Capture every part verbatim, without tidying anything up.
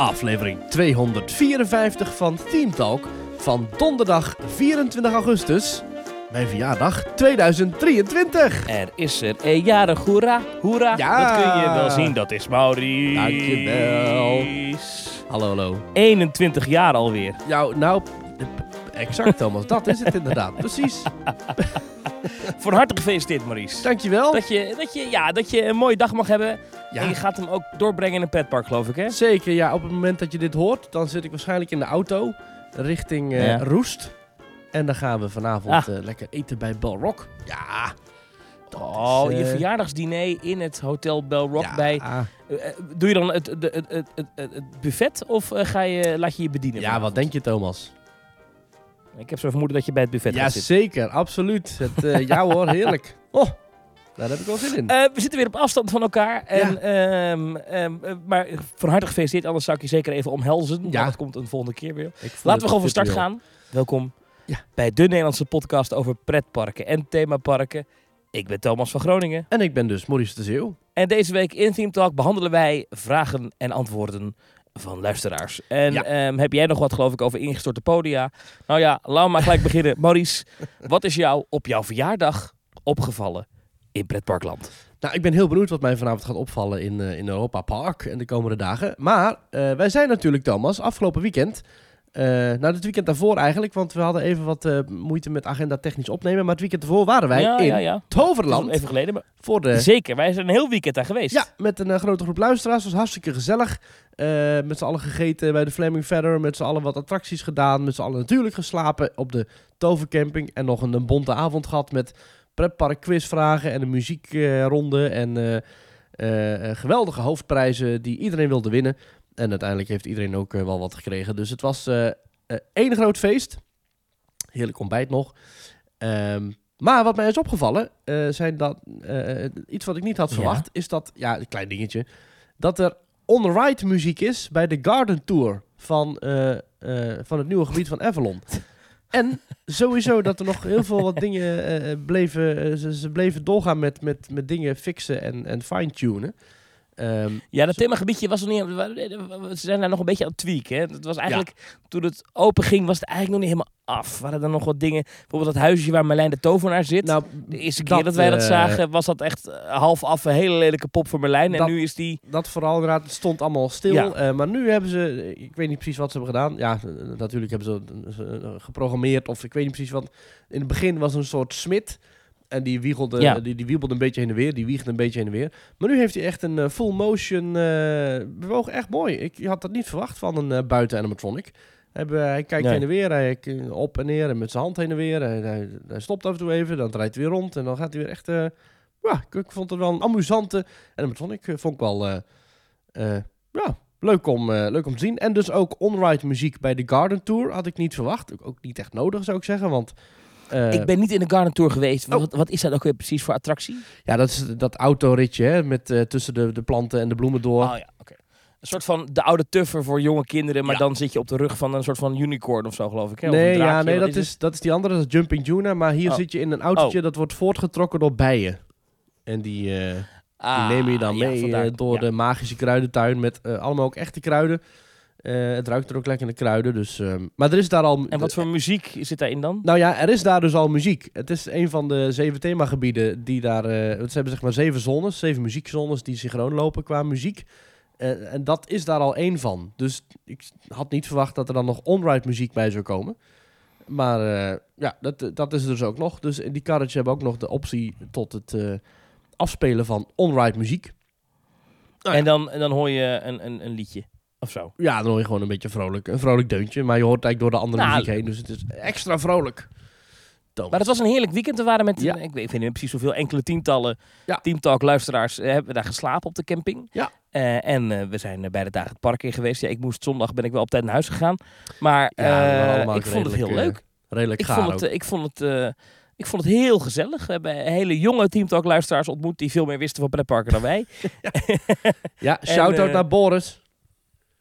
Aflevering tweehonderdvierenvijftig van Team Talk van donderdag vierentwintig augustus, mijn verjaardag tweeduizend drieëntwintig. Er is er een jarig, hoera, hoera. Ja. Dat kun je wel zien, dat is Maurice. Dankjewel. Hallo, hallo. eenentwintig jaar alweer. Nou, nou, exact Thomas, dat is het inderdaad, precies. Van harte gefeliciteerd, Maurice. Dankjewel. Dat je, dat, je, ja, dat je een mooie dag mag hebben. Ja. En je gaat hem ook doorbrengen in een pretpark, geloof ik, hè? Zeker, ja, op het moment dat je dit hoort, dan zit ik waarschijnlijk in de auto richting uh, Ja. Roest. En dan gaan we vanavond Ah. uh, lekker eten bij Bell Rock. Ja. dat Oh, is, je uh, verjaardagsdiner in het Hotel Bell Rock ja, bij... Uh, doe je dan het, het, het, het, het, het buffet of uh, ga je, laat je je bedienen? Ja, vanavond? wat denk je, Thomas? Ik heb zo vermoeden dat je bij het buffet Ja, gaat zitten. zeker, absoluut. Het, uh, ja hoor, heerlijk. Oh, daar heb ik wel zin in. Uh, we zitten weer op afstand van elkaar. En, um, um, uh, maar van harte gefeliciteerd, anders zou ik je zeker even omhelzen. Ja. Dat komt een volgende keer weer. Ik voel Laten het we gewoon van start virtueel. gaan. Welkom Ja. bij de Nederlandse podcast over pretparken en themaparken. Ik ben Thomas van Groningen. En ik ben dus Maurice de Zeeuw. En deze week in Theme Talk behandelen wij vragen en antwoorden van luisteraars. En Ja. um, heb jij nog wat, geloof ik, over ingestorte podia? Nou ja, laten we maar gelijk beginnen. Maurice, wat is jou op jouw verjaardag opgevallen in pretparkland? Nou, ik ben heel benieuwd wat mij vanavond gaat opvallen in, uh, in Europa Park en de komende dagen. Maar uh, wij zijn natuurlijk, Thomas, afgelopen weekend... Uh, nou, het weekend daarvoor eigenlijk, want we hadden even wat uh, moeite met agenda technisch opnemen. Maar het weekend daarvoor waren wij ja, in ja, ja. Toverland. Even geleden, maar Voor de... zeker, wij zijn een heel weekend daar geweest. Ja, met een uh, grote groep luisteraars. Het was hartstikke gezellig. Uh, met z'n allen gegeten bij de Flaming Feather. Met z'n allen wat attracties gedaan. Met z'n allen natuurlijk geslapen op de Tovercamping. En nog een, een bonte avond gehad met pretpark quizvragen en een muziekronde. Uh, en uh, uh, uh, geweldige hoofdprijzen die iedereen wilde winnen. En uiteindelijk heeft iedereen ook uh, wel wat gekregen. Dus het was uh, uh, één groot feest. Heerlijk ontbijt nog. Um, maar wat mij is opgevallen, uh, zijn dat uh, iets wat ik niet had verwacht, ja. is dat, ja, een klein dingetje, dat er on-ride muziek is bij de Garden Tour van, uh, uh, van het nieuwe gebied van Avalon. En sowieso dat er nog heel veel wat dingen uh, bleven, uh, ze, ze bleven doorgaan met, met, met dingen fixen en, en fine-tunen. Um, ja, dat themagebiedje was nog niet... Ze zijn daar nog een beetje aan het tweaken. Hè? Het was eigenlijk... Ja. Toen het open ging, was het eigenlijk nog niet helemaal af. Waren er nog wat dingen... Bijvoorbeeld dat huisje waar Merlijn de Tovenaar zit. Nou, de eerste keer dat, dat wij dat uh, zagen, was dat echt uh, half af een hele lelijke pop voor Merlijn. En dat, nu is die... Dat vooral inderdaad, het stond allemaal stil. Ja. Uh, maar nu hebben ze... Ik weet niet precies wat ze hebben gedaan. Ja, uh, natuurlijk hebben ze uh, geprogrammeerd. Of ik weet niet precies wat. In het begin was een soort smid. En die wiegelde, ja. die, die wiebelde een beetje heen en weer. Die wiegde een beetje heen en weer. Maar nu heeft hij echt een uh, full motion uh, bewogen. Echt mooi. Ik had dat niet verwacht van een uh, buiten animatronic. Hij, uh, hij kijkt nee. heen en weer. Hij uh, op en neer en met zijn hand heen en weer. Hij, hij, hij stopt af en toe even. Dan draait hij weer rond. En dan gaat hij weer echt... Uh, ja, ik, ik vond het wel een amusante animatronic. Uh, vond ik wel... Uh, uh, ja, leuk om, uh, leuk om te zien. En dus ook on-ride muziek bij de Garden Tour. Had ik niet verwacht. Ook niet echt nodig, zou ik zeggen. Want... Uh, ik ben niet in de Garden Tour geweest. Oh. Wat, wat is dat ook weer precies voor attractie? Ja, dat is dat autoritje, hè, met uh, tussen de, de planten en de bloemen door. Oh ja, oké. Okay. Een soort van de oude tuffer voor jonge kinderen, maar ja. dan zit je op de rug van een soort van unicorn of zo, geloof ik. Hè? Nee, draakje, ja, nee dat, is, is dat is die andere, dat is Jumping Juna. Maar hier oh. zit je in een autootje oh. dat wordt voortgetrokken door bijen. En die, uh, ah, die nemen je dan mee ja, uh, door ja. de magische kruidentuin met uh, allemaal ook echte kruiden. Uh, het ruikt er ook lekker naar kruiden, dus... Um, maar er is daar al... En wat voor muziek zit daarin dan? Nou ja, er is daar dus al muziek. Het is een van de zeven themagebieden die daar... Uh, ze hebben zeg maar zeven zones, zeven muziekzones die synchroon lopen qua muziek. Uh, en dat is daar al één van. Dus ik had niet verwacht dat er dan nog on-ride muziek bij zou komen. Maar uh, ja, dat, dat is er dus ook nog. Dus die karretjes hebben ook nog de optie tot het uh, afspelen van on-ride muziek. Nou, en, dan, en dan hoor je een, een, een liedje. Of zo. Ja, dan hoor je gewoon een beetje vrolijk. Een vrolijk deuntje. Maar je hoort eigenlijk door de andere nou, muziek heen. Dus het is extra vrolijk. Thomas. Maar het was een heerlijk weekend. We waren met, ja. ik weet niet precies hoeveel, enkele tientallen ja. Team Talk luisteraars uh, hebben we daar geslapen op de camping. Ja. Uh, en uh, we zijn uh, bij de dagen het park in geweest. Ja, ik moest zondag, ben ik wel op tijd naar huis gegaan. Maar uh, ja, ik vond het heel leuk. Uh, redelijk ik gaar vond het, uh, ik vond het... Uh, Ik vond het heel gezellig. We hebben hele jonge Team Talk luisteraars ontmoet die veel meer wisten van pretparken dan wij. ja, ja shout-out uh, naar Boris.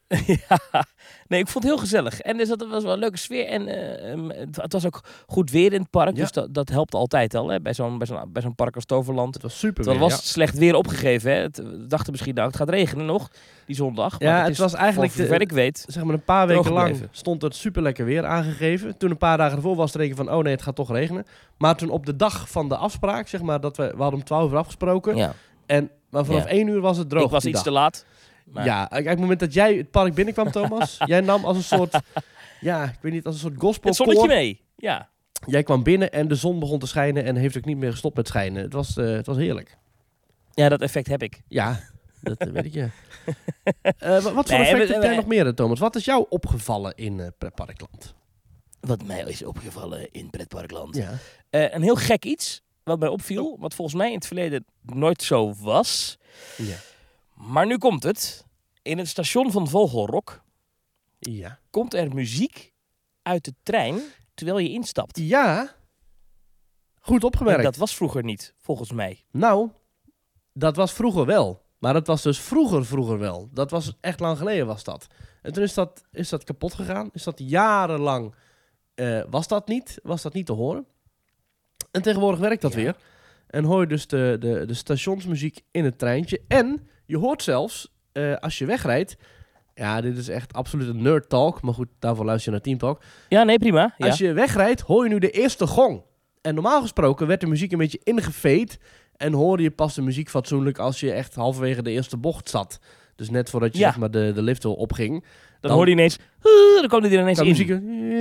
ja, nee, ik vond het heel gezellig. En dus dat was wel een leuke sfeer. En uh, um, het, het was ook goed weer in het park. Ja. Dus dat, dat helpt altijd al, hè, bij zo'n bij zo'n bij zo'n park als Toverland. Het was super weer, weer, was ja. slecht weer opgegeven. Hè. Het, we dachten misschien, nou, het gaat regenen nog, die zondag. Maar ja, het, het is, was eigenlijk, voor zover ik weet, zeg maar een paar weken lang stond het super lekker weer aangegeven. Toen een paar dagen ervoor was het reken van, oh nee, het gaat toch regenen. Maar toen op de dag van de afspraak, zeg maar, dat we, we hadden om twaalf uur afgesproken. Ja. En maar vanaf ja. één uur was het droog. Ik was iets dag. te laat. Maar... Ja, op het moment dat jij het park binnenkwam, Thomas, jij nam als een soort, ja, ik weet niet, als een soort gospel. Het zonnetje mee, ja. Jij kwam binnen en de zon begon te schijnen en heeft ook niet meer gestopt met schijnen. Het was, uh, het was heerlijk. Ja, dat effect heb ik. Ja, dat uh, weet ik, ja. uh, wat voor nee, effect heb jij nog meer, Thomas? Wat is jou opgevallen in uh, Pretparkland? Wat mij is opgevallen in Pretparkland? Ja. Uh, een heel gek iets, wat mij opviel, wat volgens mij in het verleden nooit zo was. Ja. Maar nu komt het. In het station van Vogelrok ja. komt er muziek uit de trein terwijl je instapt. Ja, goed opgemerkt. En dat was vroeger niet, volgens mij. Nou, dat was vroeger wel. Maar dat was dus vroeger vroeger wel. Dat was echt lang geleden was dat. En toen is dat, is dat kapot gegaan. Is dat jarenlang, uh, was dat niet. Was dat niet te horen. En tegenwoordig werkt dat ja. weer. En hoor je dus de, de, de stationsmuziek in het treintje. En je hoort zelfs, uh, als je wegrijdt... Ja, dit is echt absoluut een nerd talk. Maar goed, daarvoor luister je naar Team Talk. Ja, nee, prima. Ja. Als je wegrijdt, hoor je nu de eerste gong. En normaal gesproken werd de muziek een beetje ingefade. En hoorde je pas de muziek fatsoenlijk als je echt halverwege de eerste bocht zat. Dus net voordat je ja. zeg maar, de, de lift opging. Dan, dan hoorde je ineens... Uh, dan kwam hij er ineens in. Muziek,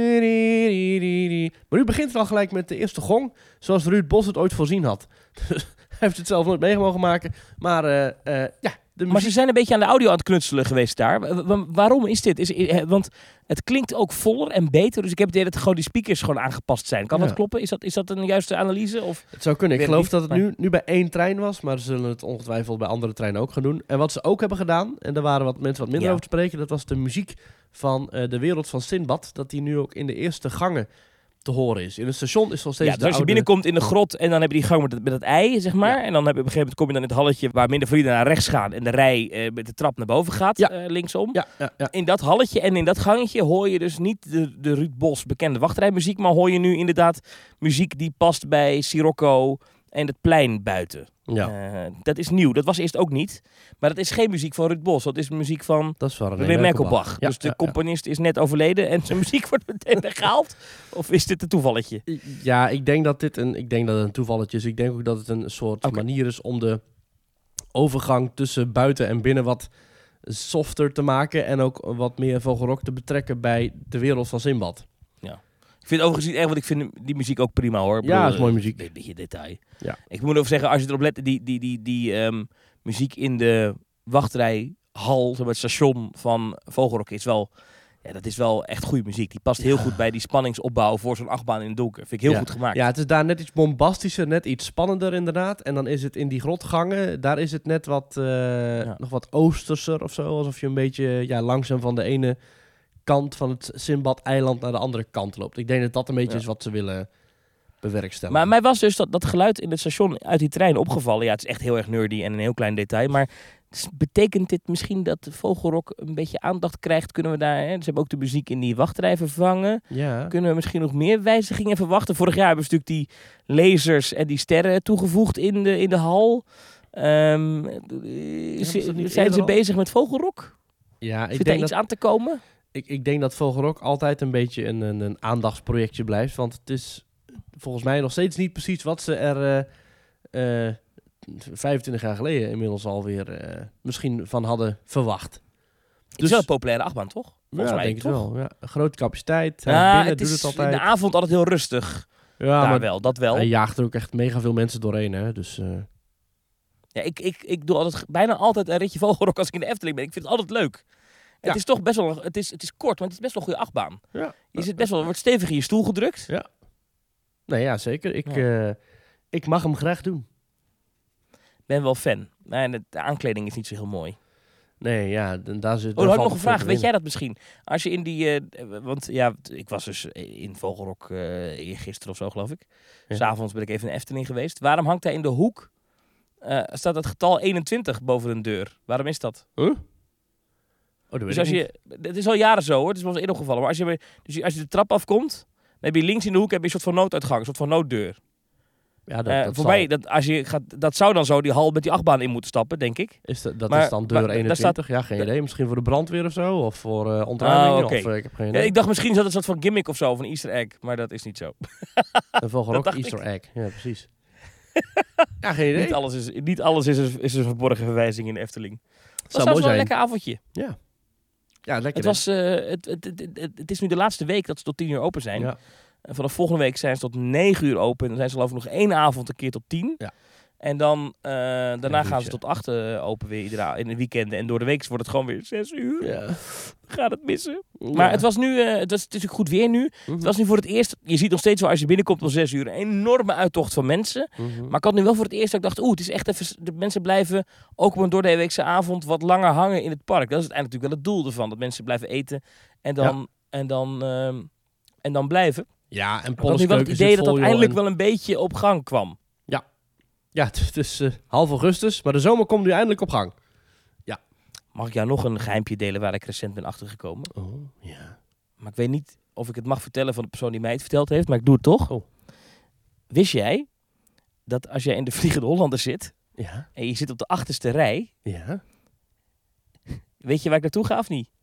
maar nu begint het al gelijk met de eerste gong. Zoals Ruud Bos het ooit voorzien had. Hij heeft het zelf nooit mee mogen maken. Maar uh, uh, ja... Muziek... Maar ze zijn een beetje aan de audio aan het knutselen geweest daar. Wa- waarom is dit? Is, is, want het klinkt ook voller en beter. Dus ik heb het idee dat gewoon die speakers gewoon aangepast zijn. Kan ja. dat kloppen? Is dat, is dat een juiste analyse? Of? Het zou kunnen. Ik geloof niet, dat het maar... nu, nu bij één trein was. Maar ze zullen het ongetwijfeld bij andere treinen ook gaan doen. En wat ze ook hebben gedaan, en daar waren wat mensen wat minder ja. over te spreken. Dat was de muziek van uh, de wereld van Sinbad. Dat die nu ook in de eerste gangen te horen is. In het station is nog steeds ja, dus de als je oude... binnenkomt in de grot en dan heb je die gang met het, met het ei, zeg maar. Ja. En dan heb je op een gegeven moment kom je dan in het halletje waar minder vrienden naar rechts gaan en de rij uh, met de trap naar boven gaat, ja. uh, linksom. Ja, ja, ja. In dat halletje en in dat gangetje hoor je dus niet de, de Ruud Bos bekende wachtrijmuziek, maar hoor je nu inderdaad muziek die past bij Sirocco en het plein buiten. Ja. Uh, dat is nieuw. Dat was eerst ook niet. Maar dat is geen muziek van Ruud Bos. Dat is muziek van René Merkelbach. Ja, dus de ja, componist ja. is net overleden en zijn muziek wordt meteen weggehaald. Of is dit een toevalletje? Ja, ik denk dat dit een, ik denk dat het een toevalletje is. Ik denk ook dat het een soort okay. manier is om de overgang tussen buiten en binnen wat softer te maken. En ook wat meer Vogelrok te betrekken bij de wereld van Sinbad. Ja. Ik vind overigens niet erg, want ik vind die muziek ook prima hoor. Ja, dat is mooie muziek. Een beetje detail. Ja. Ik moet even zeggen, als je erop let, die, die, die, die um, muziek in de wachtrijhal, het station van Vogelrok is wel, ja, dat is wel echt goede muziek. Die past heel ja. goed bij die spanningsopbouw voor zo'n achtbaan in het donker. Vind ik heel ja. goed gemaakt. Ja, het is daar net iets bombastischer, net iets spannender inderdaad. En dan is het in die grotgangen, daar is het net wat, uh, ja. nog wat oosterser of zo. Alsof je een beetje ja, langzaam van de ene kant van het Sinbad-eiland naar de andere kant loopt. Ik denk dat dat een beetje ja. is wat ze willen bewerkstelligen. Maar mij was dus dat, dat geluid in het station uit die trein opgevallen. Ja, het is echt heel erg nerdy en een heel klein detail. Maar betekent dit misschien dat de Vogelrok een beetje aandacht krijgt? Kunnen we daar, hè, ze hebben ook de muziek in die wachtrij vervangen. Ja. Kunnen we misschien nog meer wijzigingen verwachten? Vorig jaar hebben we natuurlijk die lasers en die sterren toegevoegd in de, in de hal. Um, ja, zijn ze al? bezig met Vogelrok? Ja, ik Zit denk daar iets dat... aan te komen? Ik, ik denk dat Vogelrok altijd een beetje een, een, een aandachtsprojectje blijft. Want het is volgens mij nog steeds niet precies wat ze er uh, uh, vijfentwintig jaar geleden inmiddels alweer uh, misschien van hadden verwacht. Het is wel een populaire achtbaan, toch? Volgens ja, mij, denk ik toch? wel. Ja. Grote capaciteit. Ja, binnen het doet is het altijd. in de avond altijd heel rustig. Ja, Daar maar wel, dat wel. Hij jaagt er ook echt mega veel mensen doorheen. Hè? Dus, uh... ja, ik, ik, ik doe altijd bijna altijd een ritje Vogelrok als ik in de Efteling ben. Ik vind het altijd leuk. Ja. Het is toch best wel, het is, het is kort, maar het is best wel een goede achtbaan. Ja. Je zit best wel, wordt stevig in je stoel gedrukt. Ja. Nee, ja, zeker. Ik, ja. Uh, ik mag hem graag doen. Ben wel fan. Nee, de, de aankleding is niet zo heel mooi. Nee, ja, daar zit. Oh, dan had ik nog een vraag. Weet jij dat misschien? Als je in die, uh, want ja, ik was dus in Vogelrok uh, gisteren of zo, geloof ik. Ja. S'avonds ben ik even in de Efteling geweest. Waarom hangt daar in de hoek? Uh, staat het getal eenentwintig boven een deur? Waarom is dat? Huh? Oh, dus als je, het is al jaren zo hoor, het is wel eens eerder opgevallen. Maar als je, dus als je de trap afkomt, dan heb je links in de hoek heb je een soort van nooduitgang, een soort van nooddeur. Ja, dat, uh, dat voor zal... mij, dat, als je gaat, dat zou dan zo die hal met die achtbaan in moeten stappen, denk ik. Is de, dat maar, is dan deur maar, eenentwintig? Staat... Ja, geen idee. Misschien voor de brandweer of zo? Of voor uh, ontruiming? Ah, okay. Of, uh, ik heb geen idee. Ja, ik dacht misschien is dat een soort van gimmick of zo, van een easter egg. Maar dat is niet zo. En volgens ook easter ik. egg. Ja, precies. Ja, geen idee. Niet alles is, niet alles is, een, is een verborgen verwijzing in de Efteling. Het was wel een lekker avondje. Ja. Ja, lekker. Het, was, uh, het, het, het, het, het is nu de laatste week dat ze tot tien uur open zijn. Ja. En vanaf volgende week zijn ze tot negen uur open. En dan zijn ze geloof ik nog één avond een keer tot tien. Ja. En dan, uh, daarna gaan ze tot acht uh, open weer iedere, in de weekenden. En door de week wordt het gewoon weer zes uur. Ja. Gaat het missen. Ja. Maar het was nu, uh, het, was, het is natuurlijk goed weer nu. Mm-hmm. Het was nu voor het eerst, je ziet nog steeds wel als je binnenkomt om zes uur, een enorme uittocht van mensen. Mm-hmm. Maar ik had nu wel voor het eerst dat ik dacht, oeh, het is echt even, de mensen blijven ook op een doordeweekse avond wat langer hangen in het park. Dat is uiteindelijk natuurlijk wel het doel ervan. Dat mensen blijven eten en dan, ja. en dan, uh, en dan blijven. Ja, en ik had nu wel het idee dat dat eindelijk en... wel een beetje op gang kwam. Ja, ja het, het is uh, half augustus, maar de zomer komt nu eindelijk op gang. Ja. Mag ik jou nog een geheimpje delen waar ik recent ben achtergekomen? Oh, ja. Maar ik weet niet of ik het mag vertellen van de persoon die mij het verteld heeft, maar ik doe het toch. Oh. Wist jij dat als jij in de Vliegende Hollander zit ja. en je zit op de achterste rij, ja. weet je waar ik naartoe ga of niet?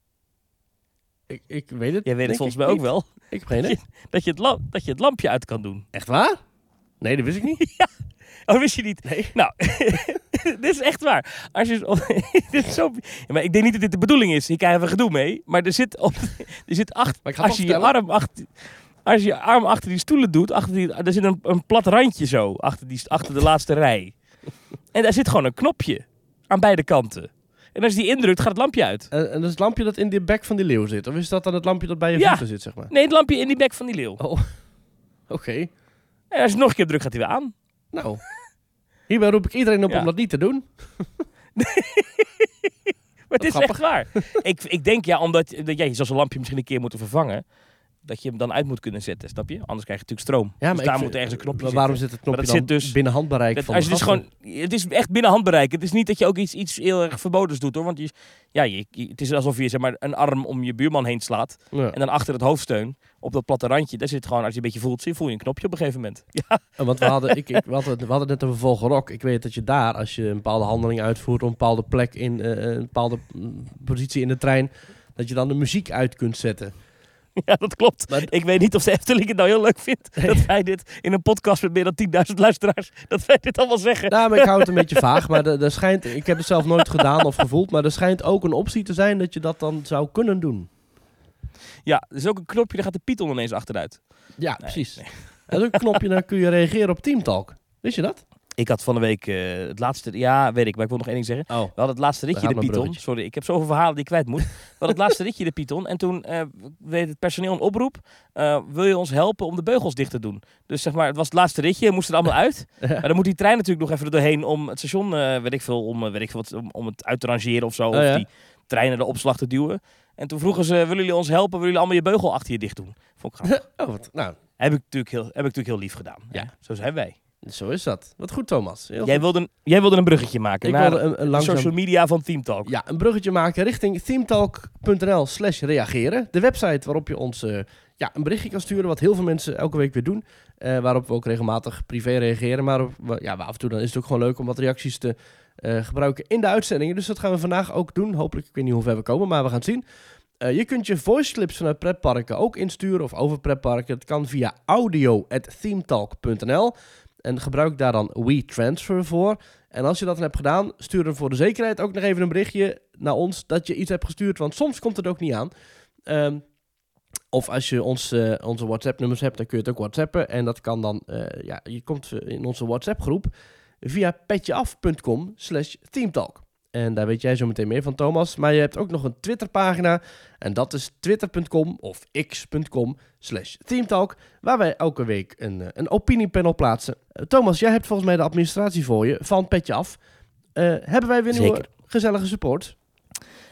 Ik, ik weet het. Jij weet het volgens mij niet. ook wel. Ik heb geen idee. Dat je, het lamp, dat je het lampje uit kan doen. Echt waar? Nee, dat wist ik niet. Ja. Oh, wist je niet? Nee. Nou, dit is echt waar. Als je, dit is zo, maar ik denk niet dat dit de bedoeling is. Hier krijgen we gedoe mee. Maar er zit, op, er zit achter, als je je arm achter, als je je arm achter die stoelen doet, achter die, er zit een, een plat randje zo achter, die, achter de laatste rij. En daar zit gewoon een knopje aan beide kanten. En als je die indrukt, gaat het lampje uit. En, en dat is het lampje dat in de bek van die leeuw zit? Of is dat dan het lampje dat bij je ja. voeten zit, zeg maar? Nee, het lampje in die bek van die leeuw. Oh, oké. Okay. En als je nog een keer drukt, gaat hij weer aan. Nou, hierbij roep ik iedereen op ja. om dat niet te doen. Maar het is grappig. Echt waar. ik, ik denk ja, omdat dat, ja, je zou zo'n lampje misschien een keer moeten vervangen. Dat je hem dan uit moet kunnen zetten, snap je? Anders krijg je natuurlijk stroom. Ja, maar dus daar ik, moet ergens een knopje maar waarom zit het knopje dan dus binnen handbereik dat, van als de je dus gewoon, het is echt binnen handbereik. Het is niet dat je ook iets, iets heel erg verbodens doet, hoor. Want je, ja, je, je, het is alsof je zeg maar, een arm om je buurman heen slaat. Ja. En dan achter het hoofdsteun, op dat platte randje, daar zit gewoon, als je een beetje voelt, voel je een knopje op een gegeven moment. Ja. Want we hadden, ik, ik, we hadden, we hadden net over Vogelrok. Ik weet dat je daar, als je een bepaalde handeling uitvoert, op een bepaalde plek, in uh, een bepaalde positie in de trein, dat je dan de muziek uit kunt zetten. Ja, dat klopt. Maar ik weet niet of de Efteling het nou heel leuk vindt nee. dat wij dit in een podcast met meer dan tienduizend luisteraars, dat wij dit allemaal zeggen. Nou, maar ik hou het een beetje vaag. Maar er, er schijnt, ik heb het zelf nooit gedaan of gevoeld, maar er schijnt ook een optie te zijn dat je dat dan zou kunnen doen. Ja, er is ook een knopje, daar gaat de Python ineens achteruit. Ja, nee, precies. Nee. Er is ook een knopje, dan kun je reageren op Teamtalk. Wist je dat? Ik had van de week uh, het laatste... Ja, weet ik, maar ik wil nog één ding zeggen. Oh. We hadden het laatste ritje de Python. Sorry, ik heb zoveel verhalen die ik kwijt moet. We hadden het laatste ritje de Python. En toen uh, deed het personeel een oproep. Uh, wil je ons helpen om de beugels dicht te doen? Dus zeg maar, het was het laatste ritje. We moesten er allemaal uit. Ja. Maar dan moet die trein natuurlijk nog even er doorheen om het station... Uh, weet ik veel, om, weet ik veel wat, om, om het uit te rangeren of zo. Oh, of ja? die treinen de opslag te duwen. En toen vroegen ze, willen jullie ons helpen? Willen jullie allemaal je beugel achter je dicht doen? Vond ik grappig. Oh, wat, nou. Heb ik, natuurlijk heel, heb ik natuurlijk heel lief gedaan. Ja. Ja, zo zijn wij. Zo is dat. Wat goed, Thomas. Heel jij, goed. Wilde een, jij wilde een bruggetje maken ik naar wilde een, een langzaam... social media van Teamtalk. Ja, een bruggetje maken richting teamtalk.nl slash reageren. De website waarop je ons uh, ja, een berichtje kan sturen, wat heel veel mensen elke week weer doen. Uh, waarop we ook regelmatig privé reageren. Maar op, ja, af en toe dan is het ook gewoon leuk om wat reacties te uh, gebruiken in de uitzendingen. Dus dat gaan we vandaag ook doen. Hopelijk, ik weet niet hoe ver we komen, maar we gaan het zien. Uh, je kunt je voice clips vanuit pretparken ook insturen of over pretparken. Dat kan via audio at teamtalk punt n l. En gebruik daar dan WeTransfer voor. En als je dat dan hebt gedaan, stuur dan voor de zekerheid ook nog even een berichtje naar ons dat je iets hebt gestuurd. Want soms komt het ook niet aan. Um, of als je ons, uh, onze WhatsApp-nummers hebt, dan kun je het ook WhatsAppen. En dat kan dan, uh, ja, je komt in onze WhatsApp-groep via petjeaf.com slash teamtalk. En daar weet jij zo meteen meer van, Thomas. Maar je hebt ook nog een Twitterpagina. En dat is twitter.com of x.com slash teamtalk. Waar wij elke week een, een opiniepanel plaatsen. Uh, Thomas, jij hebt volgens mij de administratie voor je van Petje Af. Uh, hebben wij weer nieuwe gezellige support?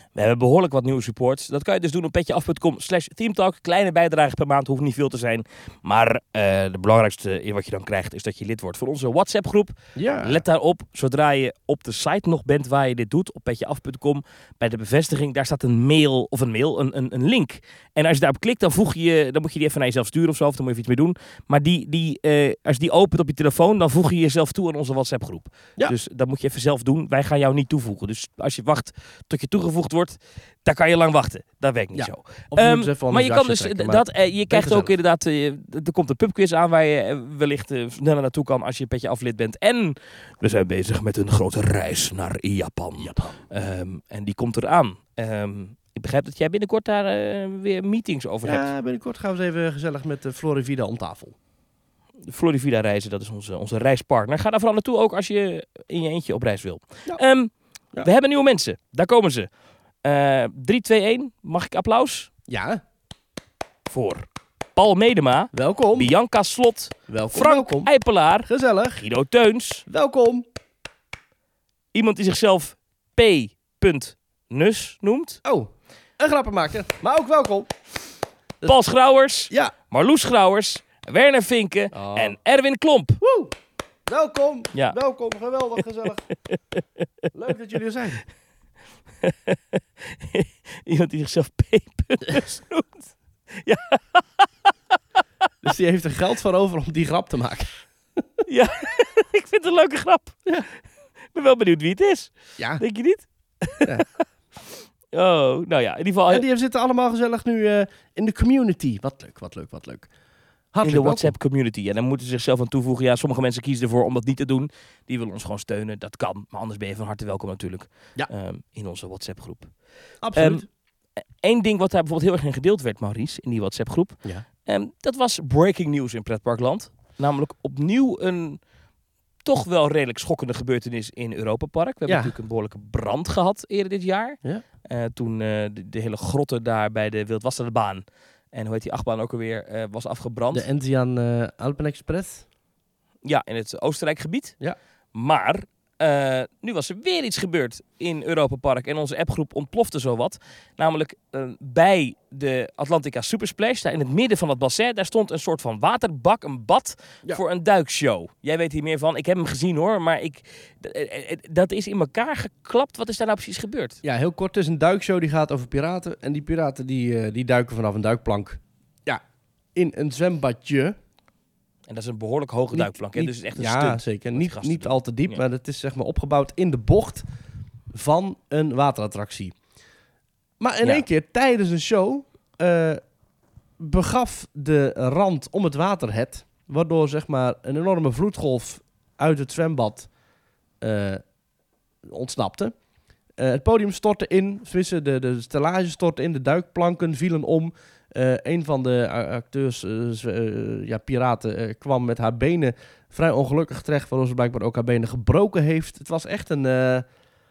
We hebben behoorlijk wat nieuwe supports. Dat kan je dus doen op petjeaf.com slash teamtalk. Kleine bijdrage per maand, hoeft niet veel te zijn. Maar uh, de belangrijkste wat je dan krijgt is dat je lid wordt van onze WhatsApp groep. Ja. Let daarop, zodra je op de site nog bent waar je dit doet, op petjeaf punt com, bij de bevestiging, daar staat een mail, of een mail, een, een, een link. En als je daarop klikt, dan, voeg je, dan moet je die even naar jezelf sturen of zo, of dan moet je iets mee doen. Maar die, die, uh, als je die opent op je telefoon, dan voeg je jezelf toe aan onze WhatsApp groep. Ja. Dus dat moet je even zelf doen. Wij gaan jou niet toevoegen. Dus als je wacht tot je toegevoegd wordt, dan kan je lang wachten. Dat werkt niet ja. zo. Um, maar je kan dus trekken, dat, uh, je krijgt ook inderdaad, uh, er komt een pubquiz aan waar je uh, wellicht uh, sneller naartoe kan als je een petje aflid bent. En we zijn bezig met een grote reis naar Japan. Japan. Um, en die komt eraan. Um, ik begrijp dat jij binnenkort daar uh, weer meetings over ja, hebt. Ja, binnenkort gaan we eens even gezellig met uh, Florivida om tafel. De Florivida reizen, dat is onze, onze reispartner. Ga daar vooral naartoe ook als je in je eentje op reis wil. Ja. Um, ja. We hebben nieuwe mensen. Daar komen ze. Uh, drie, twee, één. Mag ik applaus? Ja. Voor Paul Medema. Welkom. Bianca Slot. Welkom. Frank welkom. Eipelaar. Gezellig. Guido Teuns. Welkom. Iemand die zichzelf P. Nus noemt. Oh, een grappenmaker. Maar ook welkom. Dus... Paul Schrouwers. Ja. Marloes Schrouwers. Werner Vinken. Oh. En Erwin Klomp. Woe. Welkom. Ja. Welkom. Geweldig. Gezellig. Leuk dat jullie er zijn. Iemand die zichzelf P. Nus noemt. Ja. Dus die heeft er geld van over om die grap te maken. Ja, ik vind het een leuke grap. Ja. Ik ben wel benieuwd wie het is. Ja. Denk je niet? Ja. Oh, nou ja, in ieder geval... En die zitten allemaal gezellig nu uh, in de community. Wat leuk, wat leuk, wat leuk. Hartelijk in de WhatsApp community. En dan moeten ze zichzelf aan toevoegen. Ja, sommige mensen kiezen ervoor om dat niet te doen. Die willen ons gewoon steunen. Dat kan. Maar anders ben je van harte welkom natuurlijk. Ja. Um, in onze WhatsApp groep. Absoluut. Eén um, ding wat daar bijvoorbeeld heel erg in gedeeld werd, Maurice, in die WhatsApp groep. Ja. Um, dat was breaking news in Pretparkland. Namelijk opnieuw een toch wel redelijk schokkende gebeurtenis in Europa Park. We hebben ja. natuurlijk een behoorlijke brand gehad eerder dit jaar. Ja. Uh, toen uh, de, de hele grotten daar bij de Wildwasserbaan en hoe heet die achtbaan ook alweer, uh, was afgebrand. De Enzian uh, Alpen Express. Ja, in het Oostenrijkgebied. Ja. Maar uh, nu was er weer iets gebeurd in Europa Park en onze appgroep ontplofte zowat. Namelijk uh, bij de Atlantica Supersplash, daar in het midden van het bassin, daar stond een soort van waterbak, een bad, ja. voor een duikshow. Jij weet hier meer van. Ik heb hem gezien hoor, maar ik, d- dat is in elkaar geklapt. Wat is daar nou precies gebeurd? Ja, heel kort. Het is een duikshow die gaat over piraten. En die piraten die, uh, die duiken vanaf een duikplank. Ja, in een zwembadje. En dat is een behoorlijk hoge niet, duikplank, hè? Dus het is echt een ja, stunt. Zeker. Niet, niet al te diep, ja. maar het is zeg maar opgebouwd in de bocht van een waterattractie. Maar in ja. één keer tijdens een show uh, begaf de rand om het water het, waardoor zeg maar een enorme vloedgolf uit het zwembad uh, ontsnapte. Uh, het podium stortte in, tenminste de, de stellage stortte in, de duikplanken vielen om. Uh, een van de acteurs, uh, uh, ja, piraten, uh, kwam met haar benen vrij ongelukkig terecht, waardoor ze blijkbaar ook haar benen gebroken heeft. Het was echt een, uh,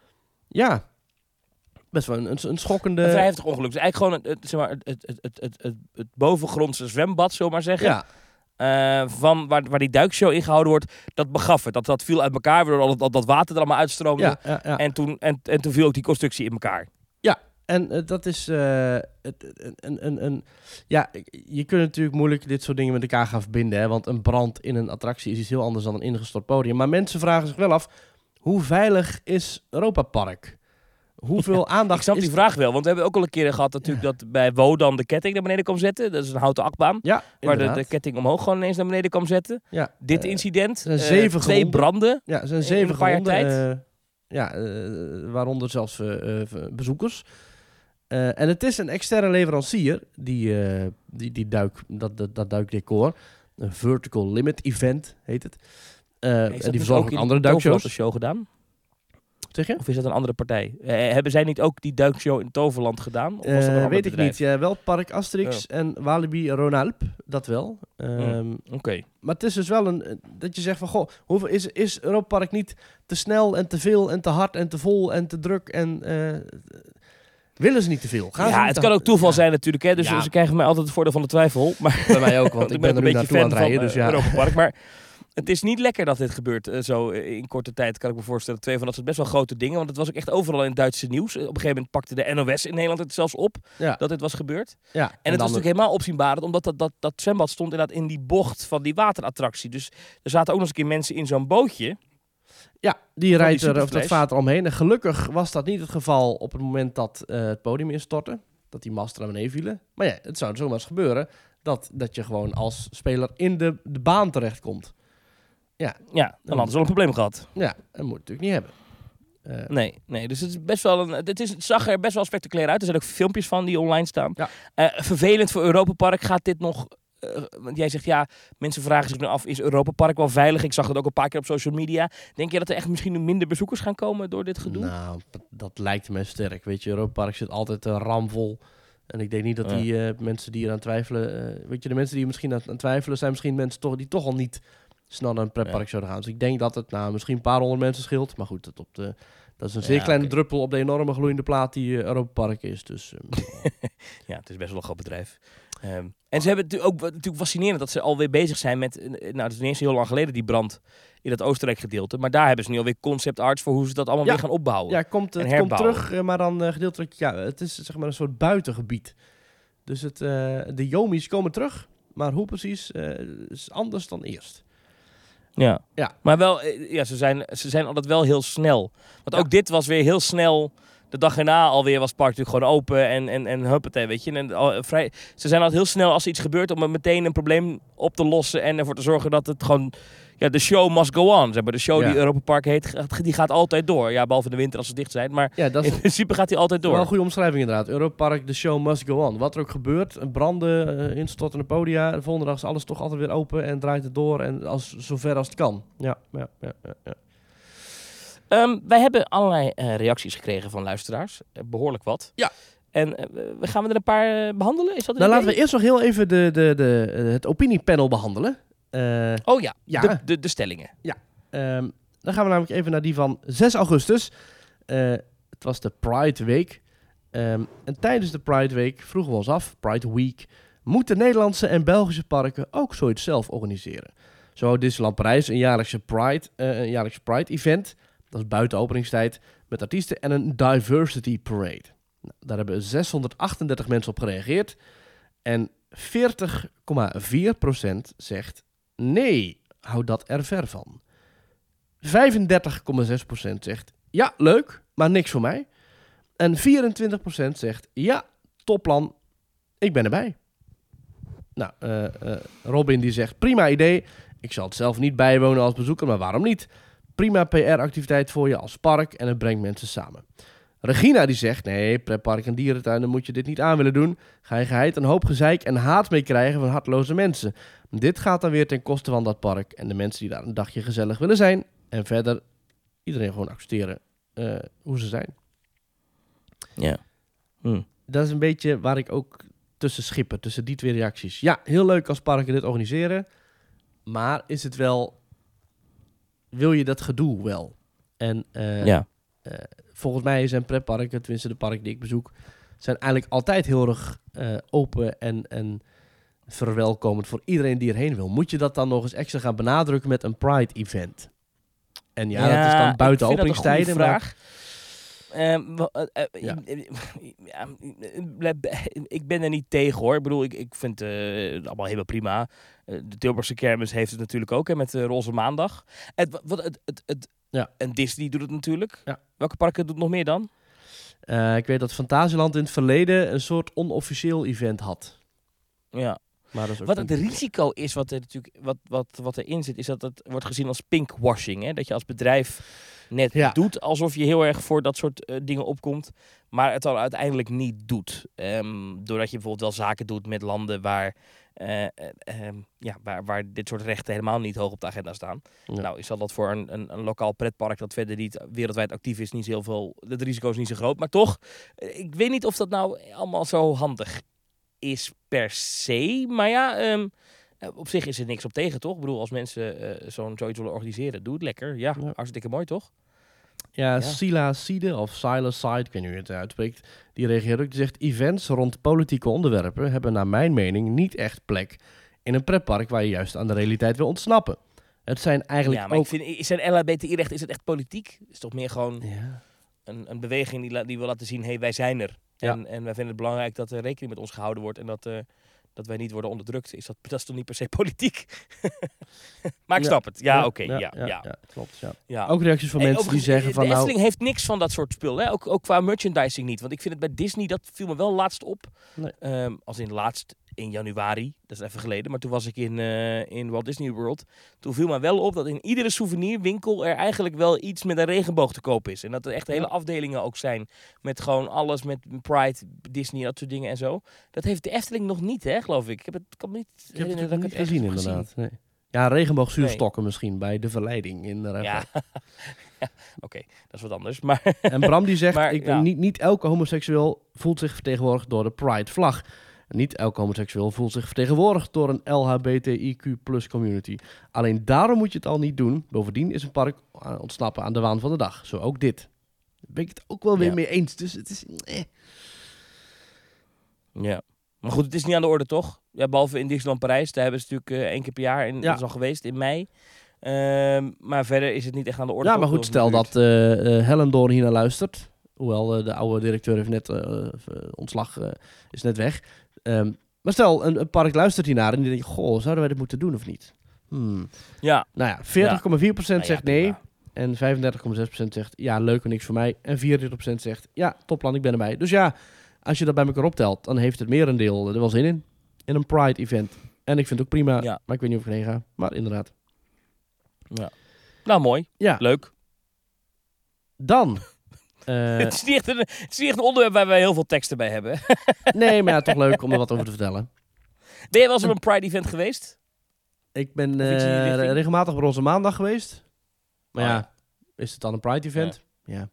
ja, best wel een, een, een schokkende... Een vrij heftig ongeluk. Dus eigenlijk gewoon het, zeg maar, het, het, het, het, het, het bovengrondse zwembad, zullen we maar zeggen. Ja. Uh, van waar, waar die duikshow ingehouden wordt, dat begaf het. Dat, dat viel uit elkaar, waardoor dat, dat water er allemaal uitstroomde. Ja, ja, ja. En, toen, en, en toen viel ook die constructie in elkaar. Ja. En uh, dat is uh, een, een, een, een... Ja, je kunt natuurlijk moeilijk dit soort dingen met elkaar gaan verbinden. Hè? Want een brand in een attractie is iets heel anders dan een ingestort podium. Maar mensen vragen zich wel af, hoe veilig is Europa Park? Hoeveel ja, aandacht ik snap is... die vraag wel, want we hebben ook al een keer gehad natuurlijk ja. dat bij Wodan de ketting naar beneden kwam zetten. Dat is een houten achtbaan. Ja, waar de, de ketting omhoog gewoon ineens naar beneden kwam zetten. Ja, Dit uh, incident, uh, zeven twee gewonden. branden. Ja, er zijn zeven een paar jaar tijd. Uh, ja, uh, waaronder zelfs uh, uh, bezoekers. Uh, en het is een externe leverancier, die, uh, die, die duik, dat, dat, dat duikdecor. Een Vertical Limit Event heet het. Uh, en die verzorgen ook andere duikshows. Is show gedaan? Zeg je? Of is dat een andere partij? Uh, hebben zij niet ook die duikshow in Toverland gedaan? Of was dat een uh, weet ik bedrijf? niet. Ja, wel Park Asterix oh. en Walibi Rhône-Alpes, dat wel. Um, mm, Oké. Okay. Maar het is dus wel een... Dat je zegt van, goh, hoeveel is, is Europa Park niet te snel en te veel en te hard en te vol en te druk en... Uh, willen ze niet te veel? Gaan ja, ze het te kan ook toeval ja. zijn natuurlijk. Hè? Dus ja. ze krijgen mij altijd het voordeel van de twijfel. Maar bij mij ook, want ik ben, ben er nu naartoe aan het rijden. Van, dus ja. Europa Park. Maar Het is niet lekker dat dit gebeurt uh, zo uh, in korte tijd, kan ik me voorstellen. Twee van dat soort best wel grote dingen. Want het was ook echt overal in het Duitse nieuws. Op een gegeven moment pakte de N O S in Nederland het zelfs op ja. dat dit was gebeurd. Ja, en, en het was natuurlijk helemaal opzienbarend, omdat dat, dat, dat zwembad stond inderdaad in die bocht van die waterattractie. Dus er zaten ook nog eens een keer mensen in zo'n bootje. Ja, die rijdt er of dat water omheen. En gelukkig was dat niet het geval op het moment dat uh, het podium instortte. Dat die masten naar beneden vielen. Maar ja, het zou zomaar eens gebeuren dat, dat je gewoon als speler in de, de baan terechtkomt. Ja, ja, dan hadden ze wel een probleem gehad. Ja, dat moet je natuurlijk niet hebben. Uh, nee, nee, dus het is best wel een. Het, is, het zag er best wel spectaculair uit. Er zijn ook filmpjes van die online staan. Ja. Uh, vervelend voor Europa Park gaat dit nog. Uh, want jij zegt ja, mensen vragen zich nu af: is Europa Park wel veilig? Ik zag het ook een paar keer op social media. Denk je dat er echt misschien minder bezoekers gaan komen door dit gedoe? Nou, dat, dat lijkt me sterk. Weet je, Europa Park zit altijd uh, ramvol. En ik denk niet dat die uh, mensen die eraan twijfelen. Uh, weet je, de mensen die misschien aan, aan twijfelen zijn misschien mensen toch, die toch al niet snel naar een pretpark ja. zouden gaan. Dus ik denk dat het nou misschien een paar honderd mensen scheelt. Maar goed, dat, op de, dat is een zeer ja, kleine okay. druppel op de enorme gloeiende plaat die uh, Europa Park is. Dus, um. ja, het is best wel een groot bedrijf. Um, en ze hebben het ook natuurlijk fascinerend dat ze alweer bezig zijn met, nou dat is niet eens heel lang geleden die brand in dat Oostenrijk gedeelte, maar daar hebben ze nu alweer concept arts voor hoe ze dat allemaal ja. weer gaan opbouwen. Ja, komt, het komt terug, maar dan uh, gedeeltelijk, ja, het is zeg maar een soort buitengebied. Dus het, uh, de Yomies komen terug, maar hoe precies uh, is anders dan eerst. Ja, ja. maar wel, ja, ze zijn, ze zijn altijd wel heel snel. Want ja. ook dit was weer heel snel. De dag erna alweer was het park natuurlijk gewoon open en, en, en huppatee, weet je. En, al, vrij, ze zijn altijd heel snel als er iets gebeurt om meteen een probleem op te lossen en ervoor te zorgen dat het gewoon... Ja, de show must go on. Zeg maar. De show ja. die Europa Park heet, die gaat altijd door. Ja, behalve de winter als ze dicht zijn. Maar ja, dat is in principe gaat die altijd door. Wel een goede omschrijving inderdaad. Europa Park, de show must go on. Wat er ook gebeurt, branden, uh, instortende podia. De volgende dag is alles toch altijd weer open en draait het door. En als, zover als het kan. Ja, ja, ja, ja. ja. Um, wij hebben allerlei uh, reacties gekregen van luisteraars. Uh, behoorlijk wat. Ja. En uh, gaan we er een paar uh, behandelen? Is dat nou, laten we eerst nog heel even de, de, de, uh, het opiniepanel behandelen. Uh, oh ja, ja. De, de, de stellingen. Ja, um, dan gaan we namelijk even naar die van zes augustus. Uh, het was de Pride Week. Um, en tijdens de Pride Week vroegen we ons af, Pride Week, moeten Nederlandse en Belgische parken ook zoiets zelf organiseren? Zo houdt Disneyland Parijs een jaarlijkse Pride, uh, een jaarlijks Pride event, dat is buiten openingstijd, met artiesten en een diversity parade. Nou, daar hebben zeshonderdachtendertig mensen op gereageerd. En veertig komma vier procent zegt nee, hou dat er ver van. vijfendertig komma zes procent zegt ja, leuk, maar niks voor mij. En vierentwintig procent zegt ja, topplan, ik ben erbij. Nou, uh, uh, Robin die zegt prima idee. Ik zal het zelf niet bijwonen als bezoeker, maar waarom niet? Prima P R-activiteit voor je als park en het brengt mensen samen. Regina die zegt, nee, pretpark en dierentuin, dan moet je dit niet aan willen doen. Ga je geheid een hoop gezeik en haat mee krijgen van hartloze mensen. Dit gaat dan weer ten koste van dat park en de mensen die daar een dagje gezellig willen zijn. En verder iedereen gewoon accepteren uh, hoe ze zijn. Ja. Hm. Dat is een beetje waar ik ook tussen schipper, tussen die twee reacties. Ja, heel leuk als parken dit organiseren, maar is het wel, wil je dat gedoe wel? En uh, ja. Uh, volgens mij zijn pretparken, tenminste de parken die ik bezoek, zijn eigenlijk altijd heel erg uh, open en, en verwelkomend voor iedereen die erheen wil. Moet je dat dan nog eens extra gaan benadrukken met een Pride-event? En ja, ja, dat is dan buiten openingstijden. Maar... Uh, uh, uh, ja. ja, ik ben er niet tegen hoor. Ik bedoel, ik, ik vind uh, het allemaal helemaal prima. Uh, de Tilburgse kermis heeft het natuurlijk ook hè, met uh, Roze Maandag. Het, wat, het, het, het, ja. En Disney doet het natuurlijk. Ja. Welke parken doet nog meer dan? Uh, ik weet dat Fantasieland in het verleden een soort onofficieel event had. Ja. Maar dat is ook wat het risico is, wat er natuurlijk, wat, wat, wat erin zit, is dat het wordt gezien als pinkwashing. Hè? Dat je als bedrijf net ja. doet alsof je heel erg voor dat soort uh, dingen opkomt, maar het dan uiteindelijk niet doet. Um, doordat je bijvoorbeeld wel zaken doet met landen waar, uh, uh, um, ja, waar, waar dit soort rechten helemaal niet hoog op de agenda staan. Ja. Nou, is dat, dat voor een, een, een lokaal pretpark dat verder niet wereldwijd actief is, niet zo heel veel, het risico is niet zo groot. Maar toch, ik weet niet of dat nou allemaal zo handig is per se. Maar ja, um, op zich is er niks op tegen, toch? Ik bedoel, als mensen uh, zo'n zoiets willen organiseren, doe het lekker. Ja, ja. Hartstikke mooi, toch? Ja, ja. Sila Side of Sila Side, ik weet niet hoe je het uitspreekt, die reageert ook. Die zegt, events rond politieke onderwerpen hebben naar mijn mening niet echt plek in een pretpark waar je juist aan de realiteit wil ontsnappen. Het zijn eigenlijk ja, maar ook... ik vind, zijn L H B T I-rechten, is het echt politiek? Het is toch meer gewoon Ja. een, een beweging die, la, die wil laten zien, hé, hey, wij zijn er. Ja. En, en wij vinden het belangrijk dat er rekening met ons gehouden wordt en dat, uh, dat wij niet worden onderdrukt. Is dat, dat is toch niet per se politiek? Maar ik snap ja. het. Ja, ja, oké. Okay, ja, ja, ja. ja, klopt. Ja. Ja. Ook reacties van hey, mensen die zeggen van de nou... De Efteling heeft niks van dat soort spul. Hè? Ook, ook qua merchandising niet. Want ik vind het bij Disney, dat viel me wel laatst op. Nee. Um, als in laatst in januari. Dat is even geleden. Maar toen was ik in, uh, in Walt Disney World. Toen viel me wel op dat in iedere souvenirwinkel er eigenlijk wel iets met een regenboog te koop is. En dat er echt hele afdelingen ook zijn. Met gewoon alles met Pride, Disney, dat soort dingen en zo. Dat heeft de Efteling nog niet, hè, geloof ik. Ik heb het, kan me niet ik heb het, het niet gezien, inderdaad. Nee. Ja, regenboogzuurstokken nee. misschien bij de verleiding. In de ja, ja oké, okay, dat is wat anders. Maar en Bram die zegt, maar, ik, ja. niet, niet elke homoseksueel voelt zich vertegenwoordigd door de Pride-vlag. Niet elke homoseksueel voelt zich vertegenwoordigd door een L H B T I Q plus community. Alleen daarom moet je het al niet doen. Bovendien is een park ontsnappen aan de waan van de dag. Zo ook dit. Daar ben ik het ook wel weer ja. mee eens. Dus het is... Eh. Ja. Maar goed, het is niet aan de orde, toch? Ja, behalve in Disneyland Parijs. Daar hebben ze natuurlijk uh, één keer per jaar. En ja. dat is al geweest in mei. Uh, maar verder is het niet echt aan de orde. Ja, maar goed, stel dat uh, uh, Hellendoorn hier naar luistert. Hoewel uh, de oude directeur heeft net... Uh, uh, ontslag uh, is net weg. Um, maar stel, een, een park luistert hiernaar en die denkt... Goh, zouden wij dit moeten doen of niet? Hmm. Ja. Nou ja, veertig komma vier procent ja. zegt nou ja, nee. En vijfendertig komma zes procent zegt... Ja, leuk en niks voor mij. En vierendertig procent zegt... Ja, topplan, ik ben erbij. Dus ja... Als je dat bij elkaar optelt, dan heeft het merendeel er wel zin in. In een Pride-event. En ik vind het ook prima, ja. maar ik weet niet of ik erheen ga. Maar inderdaad. Ja. Nou, mooi. Ja. Leuk. Dan. Uh, het, is niet echt een, het is niet echt een onderwerp waar wij heel veel teksten bij hebben. Nee, maar ja, toch leuk om er wat over te vertellen. Ben je wel eens op een Pride-event geweest? Ik ben uh, regelmatig op Roze Maandag geweest. Maar oh, ja, ja, is het dan een Pride-event? Ja. ja.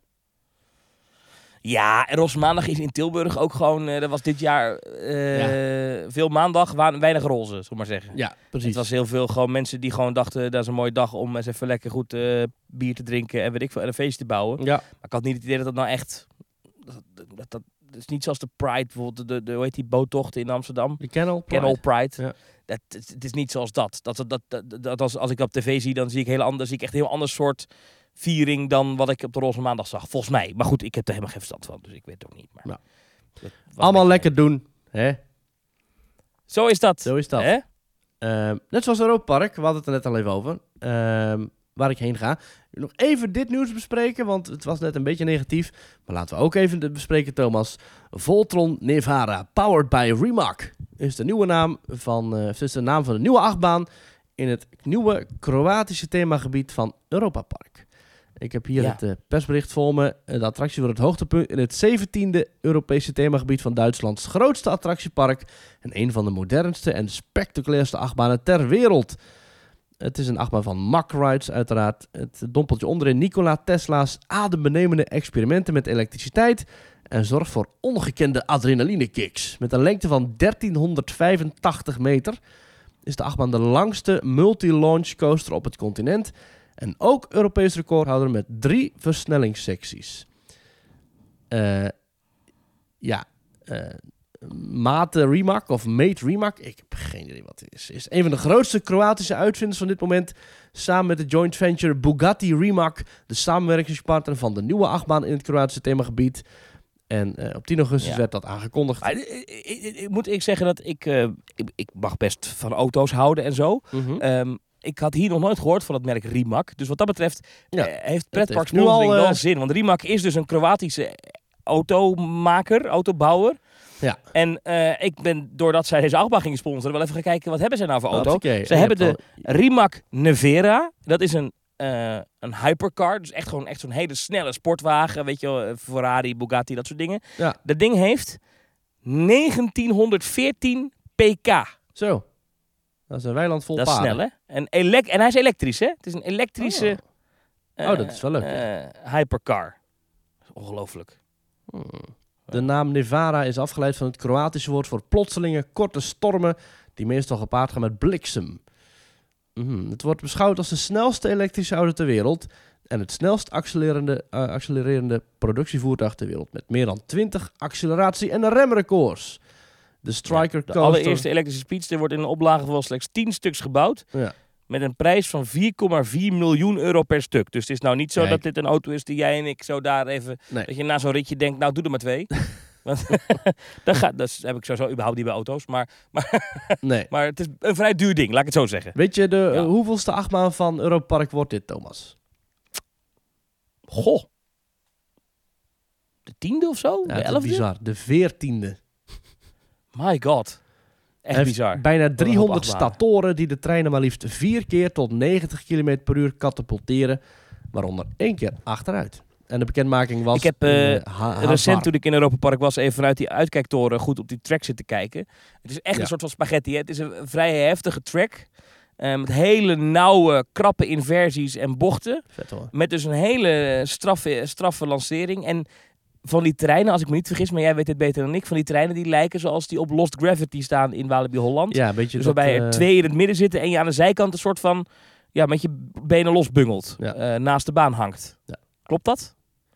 Ja, en Roze Maandag is in Tilburg ook gewoon... Uh, dat was dit jaar uh, ja. veel maandag, weinig roze, zullen we maar zeggen. Ja, precies. Het was heel veel gewoon mensen die gewoon dachten... dat is een mooie dag om eens even lekker goed uh, bier te drinken... en weet ik veel, en een feestje te bouwen. Ja. Maar ik had niet het idee dat dat nou echt... Dat, dat, dat, dat is niet zoals de Pride, bijvoorbeeld de, de, hoe heet die boottocht in Amsterdam? De Canal Pride. Canal Pride. Ja. Dat, het, het is niet zoals dat. dat, dat, dat, dat, dat als, als ik dat op tv zie, dan zie ik, heel ander, zie ik echt een heel ander soort... viering dan wat ik op de Roze Maandag zag. Volgens mij. Maar goed, ik heb er helemaal geen verstand van. Dus ik weet het ook niet. Maar nou. Allemaal lekker doen. Hè? Zo is dat. Zo is dat. Hè? Uh, net zoals Europa Park. We hadden het er net al even over. Uh, waar ik heen ga. Nog even dit nieuws bespreken. Want het was net een beetje negatief. Maar laten we ook even bespreken, Thomas. Voltron Nevada. Powered by Rimac. Is de nieuwe naam van, uh, is de naam van de nieuwe achtbaan. In het nieuwe Kroatische themagebied van Europa Park. Ik heb hier ja. het uh, persbericht voor me. De attractie wordt het hoogtepunt in het zeventiende Europese themagebied van Duitslands grootste attractiepark. En een van de modernste en spectaculairste achtbanen ter wereld. Het is een achtbaan van Mack Rides uiteraard. Het dompelt je onder in Nikola Tesla's adembenemende experimenten met elektriciteit. En zorgt voor ongekende adrenaline-kicks. Met een lengte van dertienhonderdvijfentachtig meter is de achtbaan de langste multi-launch coaster op het continent. En ook Europees recordhouder met drie versnellingssecties. Uh, ja, uh, Mate Rimac of Mate Rimac, ik heb geen idee wat het is. Is een van de grootste Kroatische uitvinders van dit moment. Samen met de joint venture Bugatti Rimac, de samenwerkingspartner van de nieuwe achtbaan in het Kroatische themagebied. En uh, op tien augustus ja. werd dat aangekondigd. Maar, ik, ik, ik, moet ik zeggen dat ik, uh, ik... Ik mag best van auto's houden en zo. Mm-hmm. Um, ik had hier nog nooit gehoord van het merk Rimac. Dus wat dat betreft ja, uh, heeft pretpark nu al uh... wel zin. Want Rimac is dus een Kroatische automaker, autobouwer. Ja. En uh, ik ben, doordat zij deze achtbaan gingen sponsoren, wel even gaan kijken, wat hebben zij nou voor auto? Okay. Ze hebben de al... Rimac Nevera. Dat is een, uh, een hypercar. Dus echt gewoon echt zo'n hele snelle sportwagen. Weet je wel, Ferrari, Bugatti, dat soort dingen. Ja. Dat ding heeft negentienhonderdveertien pk. Zo. Dat is een weiland vol paarden. Dat is snel, hè? En, elek- en hij is elektrisch, hè? Het is een elektrische... Oh, uh, oh dat is wel leuk. Uh, hypercar. Ongelooflijk. Hmm. De naam Nevada is afgeleid van het Kroatische woord voor plotselinge, korte stormen die meestal gepaard gaan met bliksem. Mm-hmm. Het wordt beschouwd als de snelste elektrische auto ter wereld en het snelst accelererende, uh, accelererende productievoertuig ter wereld met meer dan twintig acceleratie- en remrecords. De Striker ja, de Coaster... allereerste elektrische speedster wordt in een oplage van slechts tien stuks gebouwd. Ja. met een prijs van vier komma vier miljoen euro per stuk. Dus het is nou niet zo Kijk. dat dit een auto is die jij en ik zo daar even... Nee. Dat je na zo'n ritje denkt, nou doe er maar twee. Want dat, gaat, dat heb ik sowieso überhaupt niet bij auto's. Maar, maar, nee. maar het is een vrij duur ding, laat ik het zo zeggen. Weet je, de ja. uh, hoeveelste achtbaan van Europa Park wordt dit, Thomas? Goh. De tiende of zo? Ja, de elfde? Bizar. De veertiende. My god. Echt bizar. Bijna driehonderd statoren die de treinen maar liefst vier keer tot negentig kilometer per uur katapulteren. Waaronder één keer achteruit. En de bekendmaking was... Ik heb uh, in, ha- recent toen ik in Europa Park was even vanuit die uitkijktoren goed op die track zitten kijken. Het is echt ja. een soort van spaghetti. Hè? Het is een vrij heftige track. Uh, met hele nauwe, krappe inversies en bochten. Vet hoor. Met dus een hele straffe, straffe lancering. En van die treinen, als ik me niet vergis, maar jij weet het beter dan ik, van die treinen die lijken zoals die op Lost Gravity staan in Walibi Holland. Ja, een beetje dus dat, waarbij er uh... twee in het midden zitten en je aan de zijkant een soort van, ja, met je benen losbungelt. Ja. Uh, naast de baan hangt. Ja. Klopt dat?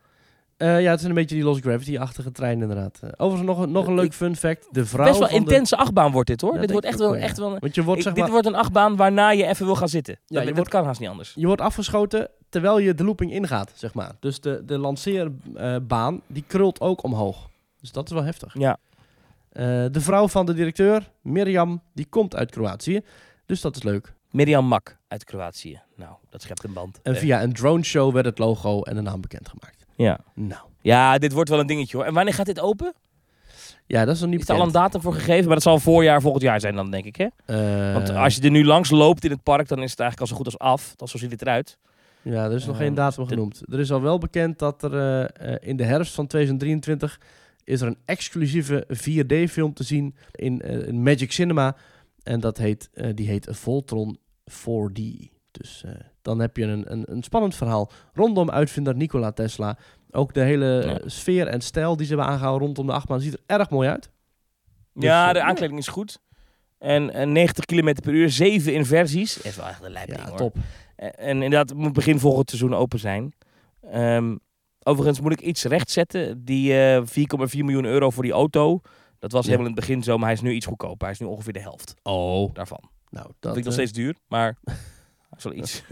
Uh, ja, het is een beetje die Lost Gravity-achtige trein inderdaad. Uh, overigens nog, nog een leuk fun fact. De vrouw Best wel van intense de... achtbaan wordt dit hoor. Ja, dit wordt echt wel, ja. echt wel Want je wordt, ik, zeg dit maar... wordt een achtbaan waarna je even wil gaan zitten. Ja, dat, dat wordt... kan haast niet anders. Je wordt afgeschoten terwijl je de looping ingaat, zeg maar. Dus de, de lanceerbaan, uh, die krult ook omhoog. Dus dat is wel heftig. Ja. Uh, de vrouw van de directeur, Mirjam, die komt uit Kroatië. Dus dat is leuk. Mirjam Mak uit Kroatië. Nou, dat schept een band. En via een drone show werd het logo en de naam bekendgemaakt. Ja. Nou. Ja, dit wordt wel een dingetje hoor. En wanneer gaat dit open? Ja, dat is nog niet Is er al een datum voor gegeven? Maar dat zal voorjaar, volgend jaar zijn dan, denk ik, hè? Uh... Want als je er nu langs loopt in het park, dan is het eigenlijk al zo goed als af. Dan zo ziet het eruit. Ja, er is nog uh, geen datum de... genoemd. Er is al wel bekend dat er uh, uh, in de herfst van tweeduizend drieëntwintig is er een exclusieve vier D-film te zien in, uh, in Magic Cinema. En dat heet, uh, die heet Voltron vier D. Dus uh, dan heb je een, een, een spannend verhaal rondom uitvinder Nikola Tesla. Ook de hele ja. uh, sfeer en stijl die ze hebben aangehouden rondom de achtbaan ziet er erg mooi uit. Dus, ja, de aankleding is goed. En, en negentig kilometer per uur, zeven inversies. Dat is wel echt een lijp ding, ja, hoor. Top. En, en inderdaad, het moet begin volgend seizoen open zijn. Um, overigens moet ik iets rechtzetten. Die uh, vier komma vier miljoen euro voor die auto, dat was ja. helemaal in het begin zo, maar hij is nu iets goedkoper. Hij is nu ongeveer de helft oh. daarvan. Nou, dat, dat vind ik nog steeds duur, maar hij is wel iets.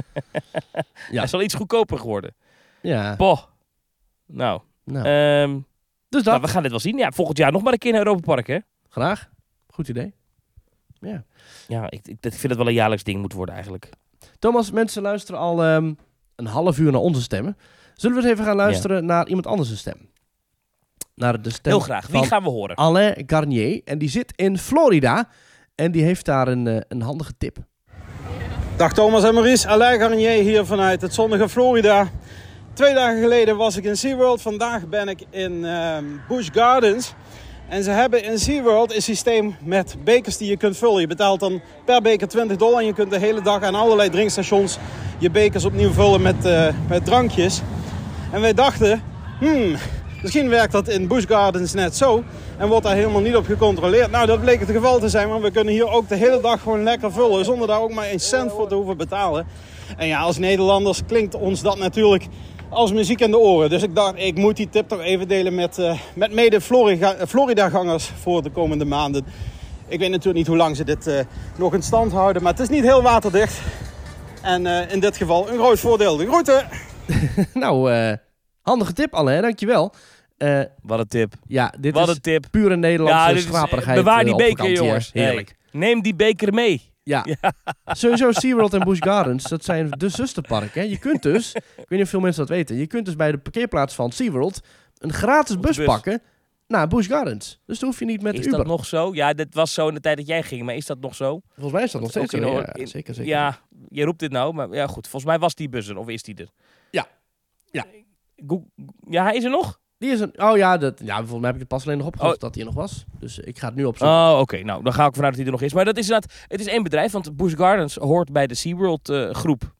ja. Hij is wel iets goedkoper geworden. Ja. Boah. Nou. nou. Um, dus dat. Nou, we gaan dit wel zien. Ja, volgend jaar nog maar een keer naar Europa Park, hè? Graag. Goed idee. Ja. Ja, ik, ik, ik vind het wel een jaarlijks ding moet worden eigenlijk. Thomas, mensen luisteren al um, een half uur naar onze stemmen. Zullen we eens even gaan luisteren ja. naar iemand anders' stem? Naar de stem Heel graag. Wie gaan we horen? Alain Garnier. En die zit in Florida. En die heeft daar een, uh, een handige tip. Dag Thomas en Maurice. Alain Garnier hier vanuit het zonnige Florida. Twee dagen geleden was ik in SeaWorld. Vandaag ben ik in um, Busch Gardens. En ze hebben in SeaWorld een systeem met bekers die je kunt vullen. Je betaalt dan per beker twintig dollar. En je kunt de hele dag aan allerlei drinkstations je bekers opnieuw vullen met, uh, met drankjes. En wij dachten, hmm, misschien werkt dat in Busch Gardens net zo. En wordt daar helemaal niet op gecontroleerd. Nou, dat bleek het geval te zijn. Want we kunnen hier ook de hele dag gewoon lekker vullen. Zonder daar ook maar een cent voor te hoeven betalen. En ja, als Nederlanders klinkt ons dat natuurlijk als muziek in de oren. Dus ik dacht, ik moet die tip toch even delen met, uh, met mede Florida, Florida-gangers voor de komende maanden. Ik weet natuurlijk niet hoe lang ze dit uh, nog in stand houden. Maar het is niet heel waterdicht. En uh, in dit geval een groot voordeel. De groeten! nou, uh, handige tip Alain, dankjewel. Uh, Wat een tip. Ja, dit Wat is een tip. Pure Nederlandse ja, schraperigheid. Bewaar die uh, beker, jongens. Heerlijk. Hey, neem die beker mee. Ja. ja, sowieso SeaWorld en Busch Gardens, dat zijn de zusterparken. Je kunt dus, ik weet niet of veel mensen dat weten, je kunt dus bij de parkeerplaats van SeaWorld een gratis bus, bus pakken naar Busch Gardens. Dus dan hoef je niet met is Uber. Is dat nog zo? Ja, dat was zo in de tijd dat jij ging, maar is dat nog zo? Volgens mij is dat nog steeds zo. In, ja, in, zeker, zeker. Ja, je roept dit nou, maar ja goed. Volgens mij was die bus er, of is die er? Ja. Ja. Go- ja, hij is er nog? Die is een, oh ja, dat, ja, volgens mij heb ik het pas alleen nog opgezocht oh. dat hij er nog was. Dus ik ga het nu opzoeken. Oh, oké. Okay. Nou, dan ga ik vanuit dat hij er nog is. Maar dat is inderdaad, het is één bedrijf, want Busch Gardens hoort bij de SeaWorld uh, groep.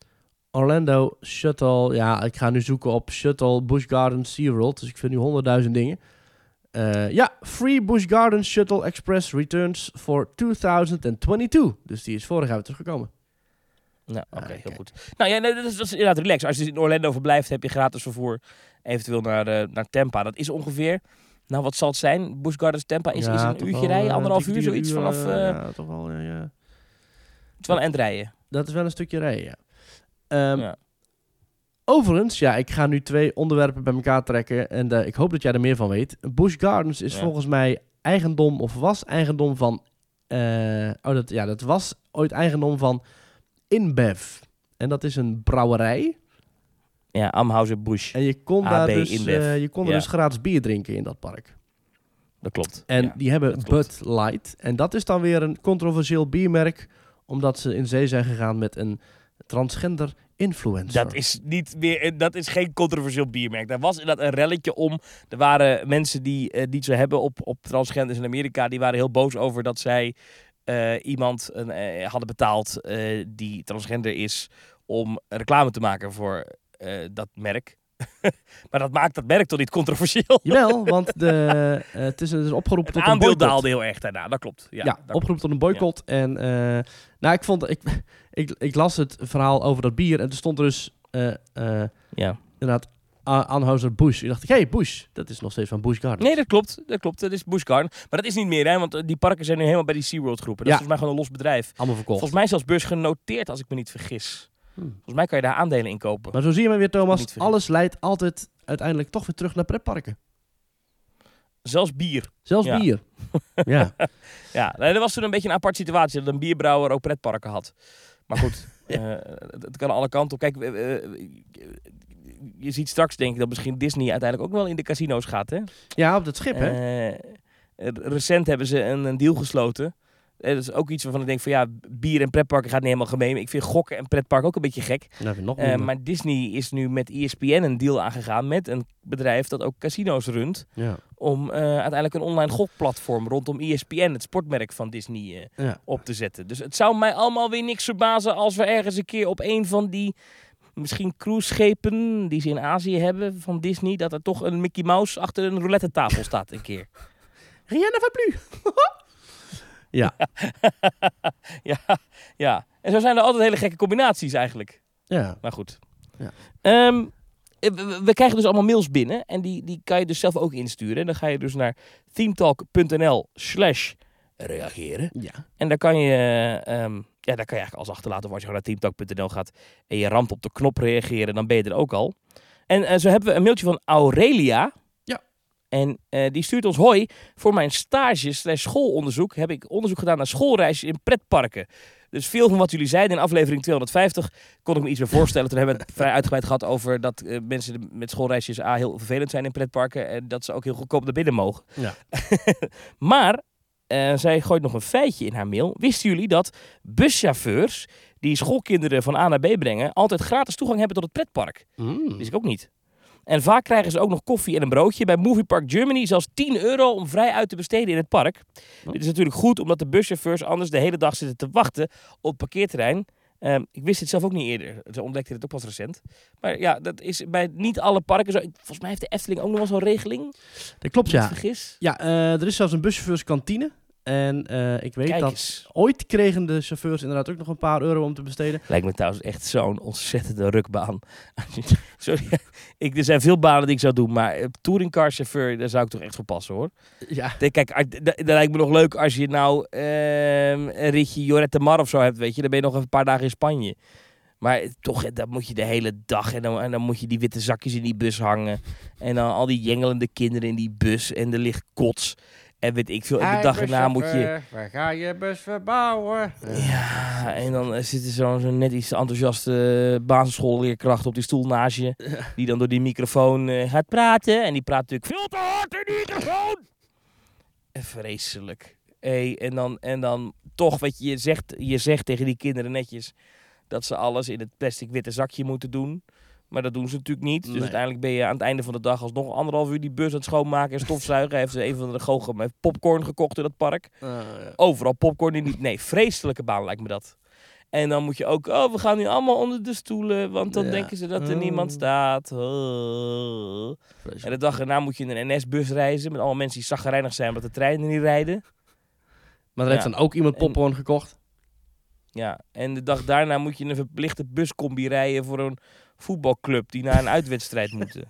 Orlando Shuttle, ja, ik ga nu zoeken op Shuttle Busch Gardens SeaWorld. Dus ik vind nu honderdduizend dingen. Uh, ja, Free Busch Gardens Shuttle Express returns for tweeduizend tweeëntwintig. Dus die is vorig jaar teruggekomen. Nou, oké, okay, ah, heel goed. Nou ja, nee, dat, is, dat is inderdaad relaxed. Als je in Orlando verblijft, heb je gratis vervoer. Eventueel naar, uh, naar Tampa. Dat is ongeveer, nou wat zal het zijn? Busch Gardens Tampa is, ja, is een uurtje rijden, anderhalf uur, zoiets uur, vanaf... Uh... Ja, toch wel, ja, ja. Het is wel een eind rijden. Dat is wel een stukje rijden, ja. Um, ja. Overigens, ja, ik ga nu twee onderwerpen bij elkaar trekken en uh, ik hoop dat jij er meer van weet. Busch Gardens is ja. volgens mij eigendom, of was eigendom van... Uh, oh, dat, ja, dat was ooit eigendom van InBev. En dat is een brouwerij. Ja, Anheuser-Busch. En je kon, daar dus, uh, je kon ja. er dus gratis bier drinken in dat park. Dat klopt. En ja, die hebben Bud Light. En dat is dan weer een controversieel biermerk, omdat ze in zee zijn gegaan met een transgender influencer. Dat is niet meer, dat is geen controversieel biermerk. Daar was inderdaad een relletje om. Er waren mensen die uh, niet zo hebben op, op transgenders in Amerika, die waren heel boos over dat zij uh, iemand uh, hadden betaald uh, die transgender is om reclame te maken voor uh, dat merk. Maar dat maakt dat merk toch niet controversieel? Jawel, want de, uh, het is dus opgeroepen het tot een boycott. Het aandeel daalde heel erg daarna, dat klopt. Ja, ja dat opgeroepen klopt. tot een boycott. Ja. En uh, nou, ik vond, ik, ik, ik las het verhaal over dat bier en er stond er dus uh, uh, ja. inderdaad Anheuser-Busch. Ik dacht, hé, hey, Busch, dat is nog steeds van Busch Gardens. Nee, dat klopt, dat klopt, dat is Busch Gardens. Maar dat is niet meer, hè, want die parken zijn nu helemaal bij die SeaWorld groepen. Dat ja. is volgens mij gewoon een los bedrijf. Allemaal verkocht. Volgens mij zelfs beursgenoteerd, als ik me niet vergis. Hmm. Volgens mij kan je daar aandelen in kopen. Maar zo zie je maar weer, Thomas, alles leidt altijd uiteindelijk toch weer terug naar pretparken. Zelfs bier. Zelfs ja. bier. ja. Ja, er was toen een beetje een apart situatie dat een bierbrouwer ook pretparken had. Maar goed, ja. uh, het kan alle kanten op. Kijk, uh, uh, je ziet straks denk ik dat misschien Disney uiteindelijk ook wel in de casino's gaat, hè? Ja, op dat schip, hè? Uh, recent hebben ze een, een deal gesloten. Dat is ook iets waarvan ik denk van ja, bier en pretparken gaat niet helemaal gemeen. Ik vind gokken en pretparken ook een beetje gek. Nou, nog uh, maar Disney is nu met E S P N een deal aangegaan met een bedrijf dat ook casino's runt. Ja. Om uh, uiteindelijk een online gokplatform rondom E S P N, het sportmerk van Disney, uh, ja. op te zetten. Dus het zou mij allemaal weer niks verbazen als we ergens een keer op een van die misschien cruiseschepen die ze in Azië hebben van Disney, dat er toch een Mickey Mouse achter een roulette tafel staat een keer. Rien ne va plus. Ja. ja, ja. En zo zijn er altijd hele gekke combinaties eigenlijk. Ja. Maar goed. Ja. Um, we, we krijgen dus allemaal mails binnen. En die, die kan je dus zelf ook insturen. En dan ga je dus naar themetalk.nl slash reageren. Ja. En daar kan je... Um, ja, daar kan je eigenlijk alles achterlaten. Of als je gewoon naar themetalk punt n l gaat en je ramt op de knop reageren, dan ben je er ook al. En uh, zo hebben we een mailtje van Aurelia. En uh, die stuurt ons: hoi, voor mijn stage slash schoolonderzoek heb ik onderzoek gedaan naar schoolreisjes in pretparken. Dus veel van wat jullie zeiden in aflevering tweehonderdvijftig kon ik me iets meer voorstellen. Toen hebben we het vrij uitgebreid gehad over dat uh, mensen met schoolreisjes A heel vervelend zijn in pretparken. En dat ze ook heel goedkoop naar binnen mogen. Ja. Maar uh, zij gooit nog een feitje in haar mail. Wisten jullie dat buschauffeurs die schoolkinderen van A naar B brengen altijd gratis toegang hebben tot het pretpark? Mm. Wist ik ook niet. En vaak krijgen ze ook nog koffie en een broodje. Bij Movie Park Germany zelfs tien euro om vrij uit te besteden in het park. Oh. Dit is natuurlijk goed, omdat de buschauffeurs anders de hele dag zitten te wachten op het parkeerterrein. Um, ik wist dit zelf ook niet eerder. Ze ontdekte dit ook pas recent. Maar ja, dat is bij niet alle parken zo. Volgens mij heeft de Efteling ook nog wel zo'n regeling. Dat klopt, ja. Vergis. Ja, uh, er is zelfs een buschauffeurskantine. En uh, ik weet Kijk dat eens. ooit kregen de chauffeurs inderdaad ook nog een paar euro om te besteden. Lijkt me trouwens echt zo'n ontzettende rukbaan. Sorry, ik, er zijn veel banen die ik zou doen, maar touringcarchauffeur, daar zou ik toch echt voor passen, hoor. Ja. Kijk, dat lijkt me nog leuk als je nou uh, een ritje Jorette Mar of zo hebt, weet je. Dan ben je nog een paar dagen in Spanje. Maar toch, dan moet je de hele dag en dan, en dan moet je die witte zakjes in die bus hangen. En dan al die jengelende kinderen in die bus en er ligt kots. En weet ik veel, en de dag erna moet je... Waar ga je bus verbouwen? Ja, en dan zit er zo'n zo net iets enthousiaste basisschoolleerkracht op die stoel naast je. Die dan door die microfoon uh, gaat praten. En die praat natuurlijk veel te hard in die microfoon. En vreselijk. Hey, en, dan, en dan toch, weet je, je zegt, je zegt tegen die kinderen netjes dat ze alles in het plastic witte zakje moeten doen. Maar dat doen ze natuurlijk niet. Dus nee. uiteindelijk ben je aan het einde van de dag alsnog anderhalf uur die bus aan het schoonmaken en stofzuigen. Hij heeft een van de goochem heeft popcorn gekocht in dat park. Uh, ja. Overal popcorn in die... Nee, vreselijke baan lijkt me dat. En dan moet je ook... Oh, we gaan nu allemaal onder de stoelen, want dan ja. denken ze dat er uh. niemand staat. Uh. En de dag erna moet je in een N S-bus reizen met allemaal mensen die chagrijnig zijn omdat de treinen niet rijden. Maar er heeft ja. dan ook iemand popcorn en, gekocht? Ja, en de dag daarna moet je een verplichte buscombi rijden voor een voetbalclub die naar een uitwedstrijd moeten.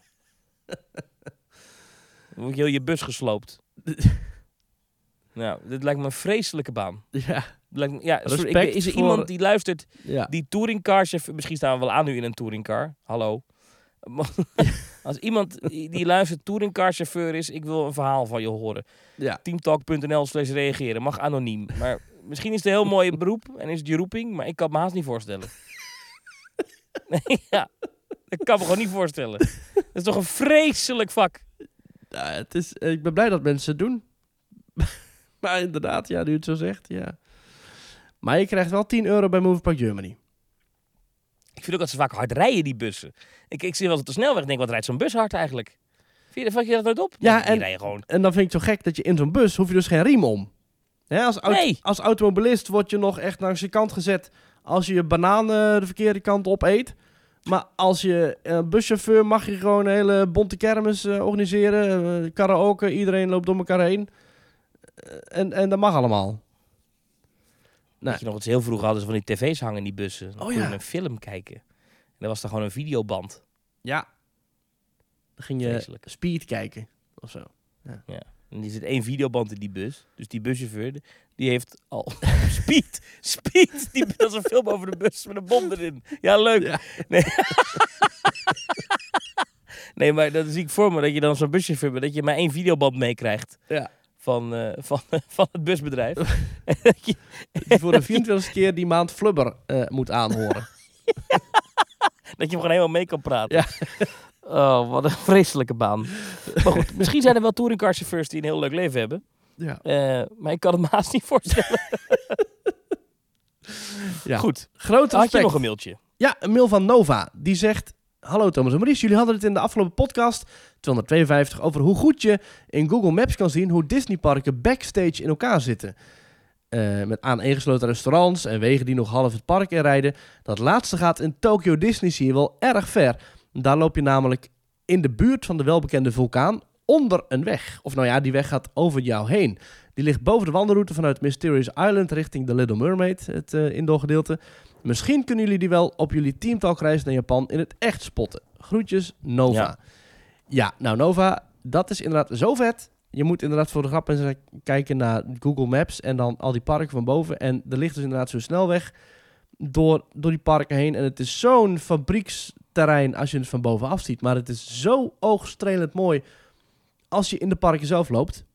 Dan moet je heel je bus gesloopt. Nou, dit lijkt me een vreselijke baan. Ja. Ja, sorry, ik, is er voor... iemand die luistert, ja. die touringcarchauffeur... Misschien staan we wel aan nu in een touringcar. Hallo. Als iemand die luistert touringcarchauffeur is, ik wil een verhaal van je horen. Ja. teamtalk.nl slash reageren. Mag anoniem. Maar misschien is het een heel mooi beroep en is het je roeping, maar ik kan me haast niet voorstellen. Nee, ja. Dat kan me gewoon niet voorstellen. Dat is toch een vreselijk vak. Ja, het is, ik ben blij dat mensen het doen. Maar inderdaad, ja, nu het zo zegt, ja. Maar je krijgt wel tien euro bij Moverpark Germany. Ik vind ook dat ze vaak hard rijden, die bussen. Ik, ik zie wel eens op de snelweg en denk, wat rijdt zo'n bus hard eigenlijk? Vind je, vat je dat nooit op? Ja, die en, rijden gewoon. En dan vind ik het zo gek dat je in zo'n bus hoef je dus geen riem om. Hè, als, auto, nee. als automobilist word je nog echt langs je kant gezet als je je banaan uh, de verkeerde kant op eet. Maar als je uh, buschauffeur mag je gewoon een hele bonte kermis uh, organiseren. Uh, karaoke, iedereen loopt door elkaar heen. Uh, en, en dat mag allemaal. Nou. Je nog eens heel vroeg hadden ze van die tv's hangen in die bussen. Dan oh, kon je ja. een film kijken. En dan was er gewoon een videoband. Ja. Dan ging je Vreselijk. Speed kijken of zo. Ja. ja. En er zit één videoband in die bus. Dus die buschauffeur, die heeft al Speed. Speed. Die, dat is een film over de bus met een bom erin. Ja, leuk. Ja. Nee. nee, maar dat zie ik voor me. Dat je dan zo'n buschauffeur bent. Dat je maar één videoband meekrijgt. Ja. Van, uh, van, van het busbedrijf. dat je, dat je voor de vierentwintigste keer die maand Flubber uh, moet aanhoren. dat je hem gewoon helemaal mee kan praten. Ja. Oh, wat een vreselijke baan. Maar goed, misschien zijn er wel touringcarchauffeurs die een heel leuk leven hebben. Ja. Uh, maar ik kan het me haast niet voorstellen. ja. Goed. Groot respect. Had je nog een mailtje? Ja, een mail van Nova. Die zegt... Hallo Thomas en Maurice, jullie hadden het in de afgelopen podcast tweehonderdtweeënvijftig over hoe goed je in Google Maps kan zien hoe Disneyparken backstage in elkaar zitten. Uh, met aaneengesloten restaurants en wegen die nog half het park inrijden. Dat laatste gaat in Tokyo Disney Sea wel erg ver. Daar loop je namelijk in de buurt van de welbekende vulkaan onder een weg. Of nou ja, die weg gaat over jou heen. Die ligt boven de wandelroute vanuit Mysterious Island richting The Little Mermaid, het uh, indoorgedeelte. Misschien kunnen jullie die wel op jullie teamtalkreis naar Japan in het echt spotten. Groetjes, Nova. Ja. ja, nou Nova, dat is inderdaad zo vet. Je moet inderdaad voor de grap eens kijken naar Google Maps en dan al die parken van boven. En er ligt dus inderdaad zo'n snelweg door, door die parken heen. En het is zo'n fabrieksterrein als je het van bovenaf ziet. Maar het is zo oogstrelend mooi als je in de parken zelf loopt.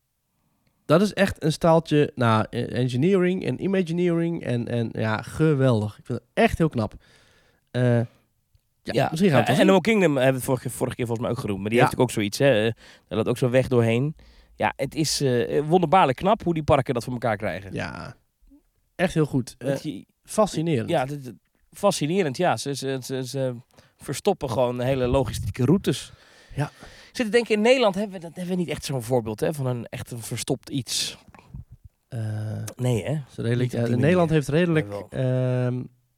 Dat is echt een staaltje nou, engineering en imagineering en, en ja, geweldig. Ik vind het echt heel knap. Uh, ja, ja, misschien gaan we het ja, Animal Kingdom hebben we het vorige, vorige keer volgens mij ook genoemd. Maar die ja. heeft ook zoiets. Hè. Daar loopt ook zo weg doorheen. Ja, het is uh, wonderbaarlijk knap hoe die parken dat voor elkaar krijgen. Ja, echt heel goed. Uh, je, fascinerend. Ja, dit, fascinerend. Ja, ze, ze, ze, ze verstoppen gewoon hele logistieke routes. Ja. Ik zit te denken, in Nederland hebben we, dat, hebben we niet echt zo'n voorbeeld hè, van een echt een verstopt iets. Uh, nee, hè? Redelijk, uh, Nederland heeft redelijk uh,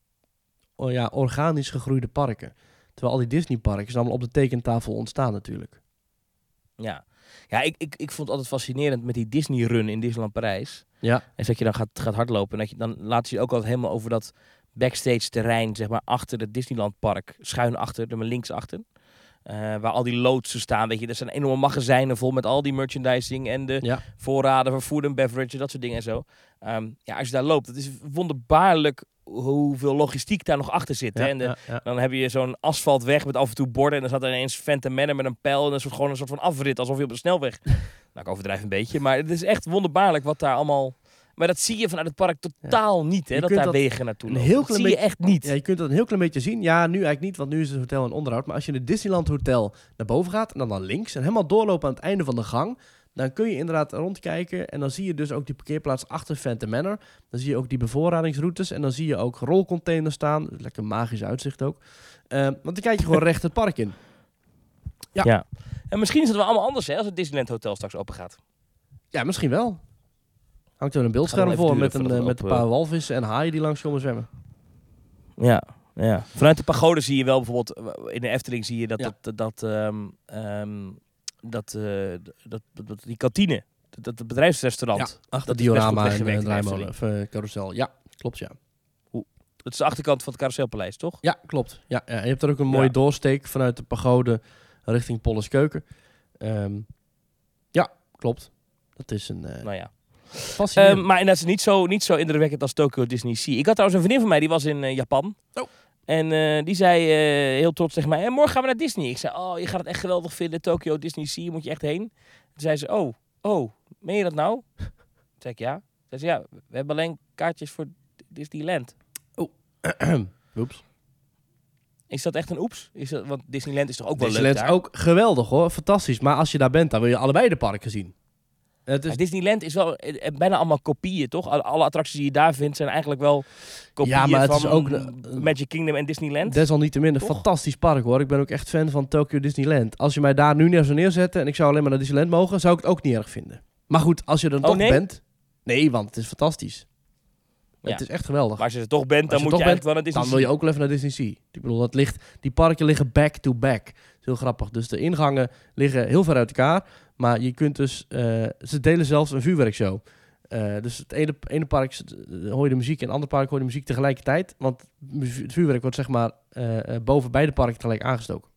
oh ja, organisch gegroeide parken. Terwijl al die Disneyparken allemaal op de tekentafel ontstaan natuurlijk. Ja, ja ik, ik, ik vond het altijd fascinerend met die Disney-run in Disneyland Parijs. Ja. En dat je dan gaat, gaat hardlopen. En dat je, dan laat je ook altijd helemaal over dat backstage terrein, zeg maar, achter het Disneyland-park. Schuin achter, er maar links achter. Uh, waar al die loodsen staan, weet je. Er zijn enorme magazijnen vol met al die merchandising en de ja. voorraden voor food and beverage, dat soort dingen en zo. Um, ja, als je daar loopt, het is wonderbaarlijk hoeveel logistiek daar nog achter zit. Ja, hè? En de, ja, ja. Dan heb je zo'n asfaltweg met af en toe borden en dan zat er ineens Phantom Manor met een pijl en een soort, gewoon een soort van afrit, alsof je op de snelweg... nou, ik overdrijf een beetje, maar het is echt wonderbaarlijk wat daar allemaal... Maar dat zie je vanuit het park totaal ja. niet, hè? Dat daar dat wegen naartoe lopen. Dat zie je beetje, echt niet. Ja, je kunt dat een heel klein beetje zien. Ja, nu eigenlijk niet, want nu is het hotel in onderhoud. Maar als je in het Disneyland Hotel naar boven gaat en dan naar links en helemaal doorlopen aan het einde van de gang, dan kun je inderdaad rondkijken en dan zie je dus ook die parkeerplaats achter Phantom Manor. Dan zie je ook die bevoorradingsroutes en dan zie je ook rolcontainers staan. Lekker magisch uitzicht ook. Uh, want dan kijk je gewoon recht het park in. Ja. ja. En misschien is het wel allemaal anders, hè, als het Disneyland Hotel straks open gaat. Ja, misschien wel. Hangt er een beeldscherm voor met een, uh, met een paar walvissen en haaien die langs komen zwemmen. Ja, ja. Vanuit de pagode zie je wel bijvoorbeeld, in de Efteling zie je dat, ja. dat, dat, um, um, dat, uh, dat, dat, dat die kantine, dat, dat bedrijfsrestaurant. Ja, achter diorama en uh, draaimolen, of uh, carousel. Ja, klopt ja. Hoe? Dat is de achterkant van het Carouselpaleis, toch? Ja, klopt. Ja, ja. Je hebt er ook een mooie ja. doorsteek vanuit de pagode richting Polleskeuken. Um, ja, klopt. Dat is een... Uh, nou ja. Fascinerend. Um, maar dat is niet zo, niet zo indrukwekkend als Tokyo Disney Sea. Ik had trouwens een vriendin van mij, die was in uh, Japan. Oh. En uh, die zei uh, heel trots tegen mij, hey, morgen gaan we naar Disney. Ik zei, oh, je gaat het echt geweldig vinden. Tokyo Disney Sea, moet je echt heen. Toen zei ze, oh, oh, meen je dat nou? Toen zei ik, ja. Zei ze, ja, we hebben alleen kaartjes voor Disneyland. Oh, oeps. Is dat echt een oeps? Is dat, want Disneyland is toch ook wel Disneyland leuk is ook geweldig hoor, fantastisch. Maar als je daar bent, dan wil je allebei de parken zien. Het is... Disneyland is wel eh, bijna allemaal kopieën, toch? Alle, alle attracties die je daar vindt zijn eigenlijk wel kopieën ja, maar het van is ook, uh, Magic Kingdom en Disneyland. Desalniettemin een toch? Fantastisch park hoor. Ik ben ook echt fan van Tokyo Disneyland. Als je mij daar nu neer zou neerzetten en ik zou alleen maar naar Disneyland mogen, zou ik het ook niet erg vinden. Maar goed, als je er oh, toch nee? bent... Nee, want het is fantastisch. Ja. Het is echt geweldig. Maar als je er toch bent, dan je moet toch je bent, eigenlijk wel naar Disney. Dan wil je ook wel even naar Disney Sea. Ik bedoel, dat ligt, die parken liggen back-to-back. Dat is heel grappig. Dus de ingangen liggen heel ver uit elkaar. Maar je kunt dus... Uh, ze delen zelfs een vuurwerkshow. Uh, dus het ene, ene park uh, hoor je de muziek en het andere park hoor je de muziek tegelijkertijd. Want het vuurwerk wordt zeg maar uh, uh, boven beide parken tegelijk aangestoken.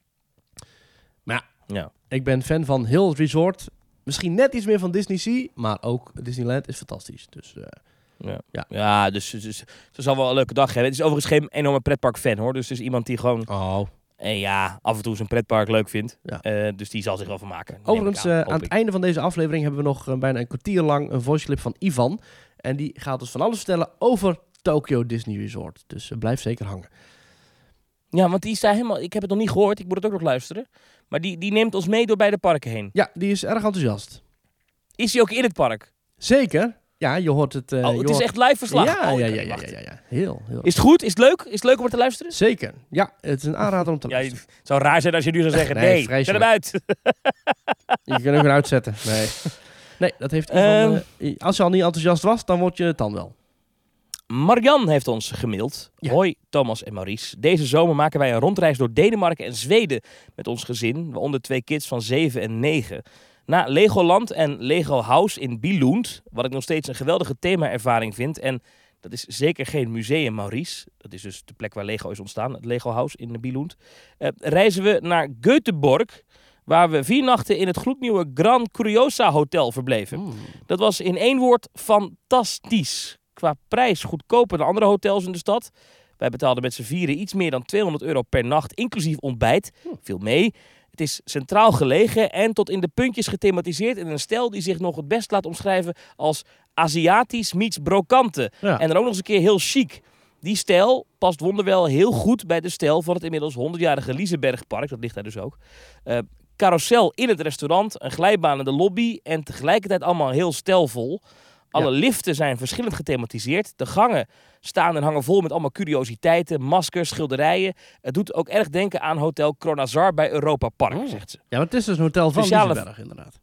Maar ja, ja, ik ben fan van heel het resort. Misschien net iets meer van Disney Sea. Maar ook Disneyland is fantastisch. Dus... Uh, Ja, ja. ja dus, dus, dus ze zal wel een leuke dag hebben. Het is overigens geen enorme pretpark-fan hoor. Dus het is iemand die gewoon oh. en ja, af en toe zijn pretpark leuk vindt. Ja. Uh, dus die zal zich wel vermaken. Overigens, aan, uh, aan het einde van deze aflevering hebben we nog uh, bijna een kwartier lang een voiceclip van Ivan. En die gaat ons van alles vertellen over Tokyo Disney Resort. Dus uh, blijf zeker hangen. Ja, want die is daar helemaal... Ik heb het nog niet gehoord, ik moet het ook nog luisteren. Maar die, die neemt ons mee door beide parken heen. Ja, die is erg enthousiast. Is hij ook in het park? Zeker. Ja, je hoort het... Uh, oh, het je is hoort... echt live verslag? Ja, oh, ja, ja, ja, ja, ja, ja. Heel, heel. Is het goed? Is het leuk? Is het leuk om er te luisteren? Zeker. Ja, het is een aanrader om te luisteren. Ja, het zou raar zijn als je nu zou zeggen, nee, nee zet hem uit. Je kunt hem weer uitzetten. Nee, nee dat heeft Ivan... Um, uh, als je al niet enthousiast was, dan word je het dan wel. Marian heeft ons gemaild. Ja. Hoi Thomas en Maurice. Deze zomer maken wij een rondreis door Denemarken en Zweden met ons gezin. Waaronder twee kids van zeven en negen. Na Legoland en Lego House in Billund, wat ik nog steeds een geweldige thema-ervaring vind. En dat is zeker geen museum, Maurice. Dat is dus de plek waar Lego is ontstaan, het Lego House in Billund. Uh, reizen we naar Göteborg, waar we vier nachten in het gloednieuwe Gran Curiosa Hotel verbleven. Mm. Dat was in één woord fantastisch. Qua prijs goedkoper dan andere hotels in de stad. Wij betaalden met z'n vieren iets meer dan tweehonderd euro per nacht, inclusief ontbijt. Viel mee. Het is centraal gelegen en tot in de puntjes gethematiseerd in een stijl die zich nog het best laat omschrijven als Aziatisch meets brokante. Ja. En dan ook nog eens een keer heel chic. Die stijl past wonderwel heel goed bij de stijl van het inmiddels honderdjarige Lisebergpark. Dat ligt daar dus ook. Uh, carousel in het restaurant, een glijbaan in de lobby en tegelijkertijd allemaal heel stijlvol. Alle ja. liften zijn verschillend gethematiseerd. De gangen staan en hangen vol met allemaal curiositeiten, maskers, schilderijen. Het doet ook erg denken aan Hotel Kronazar bij Europa Park, oh. zegt ze. Ja, maar het is dus een hotel van speciale... Liseberg, inderdaad.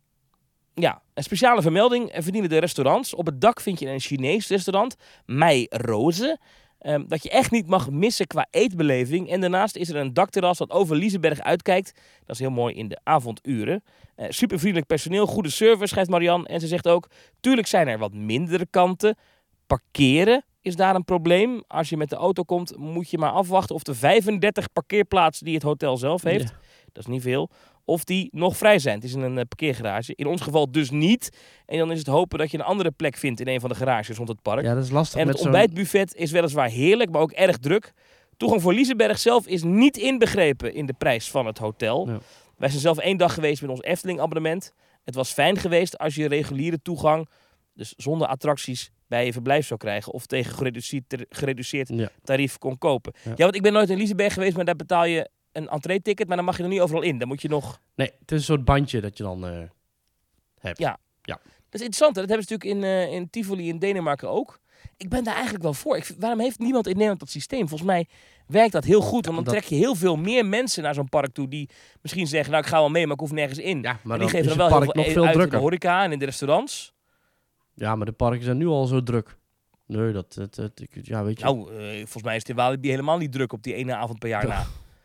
Ja, een speciale vermelding verdienen de restaurants. Op het dak vind je een Chinees restaurant, Mei Roze. Um, dat je echt niet mag missen qua eetbeleving. En daarnaast is er een dakterras dat over Liseberg uitkijkt. Dat is heel mooi in de avonduren. Uh, super vriendelijk personeel, goede service, schrijft Marianne. En ze zegt ook, tuurlijk zijn er wat mindere kanten. Parkeren is daar een probleem. Als je met de auto komt, moet je maar afwachten of de vijfendertig parkeerplaatsen die het hotel zelf heeft, ja. dat is niet veel, of die nog vrij zijn. Het is een uh, parkeergarage. In ons geval dus niet. En dan is het hopen dat je een andere plek vindt in een van de garages rond het park. Ja, dat is lastig. En het ontbijtbuffet is weliswaar heerlijk, maar ook erg druk. Toegang voor Liseberg zelf is niet inbegrepen in de prijs van het hotel. Ja. Wij zijn zelf één dag geweest met ons Efteling abonnement. Het was fijn geweest als je reguliere toegang, dus zonder attracties, bij je verblijf zou krijgen. Of tegen gereduceerd, ter, gereduceerd ja. tarief kon kopen. Ja. ja, want ik ben nooit in Liseberg geweest, maar daar betaal je een entree-ticket, maar dan mag je er niet overal in. Dan moet je nog... Nee, het is een soort bandje dat je dan uh, hebt. Ja. ja, dat is interessant. Hè? Dat hebben ze natuurlijk in, uh, in Tivoli in Denemarken ook. Ik ben daar eigenlijk wel voor. Ik, waarom heeft niemand in Nederland dat systeem? Volgens mij werkt dat heel goed. Want dan dat... trek je heel veel meer mensen naar zo'n park toe die misschien zeggen, nou ik ga wel mee, maar ik hoef nergens in. Ja, maar en die dan geven dan wel heel veel, veel uit drukker. in de horeca en in de restaurants. Ja, maar de parken zijn nu al zo druk. Nee, dat... dat, dat ja, weet je. Nou, uh, volgens mij is de Walibi helemaal niet druk op die ene avond per jaar na.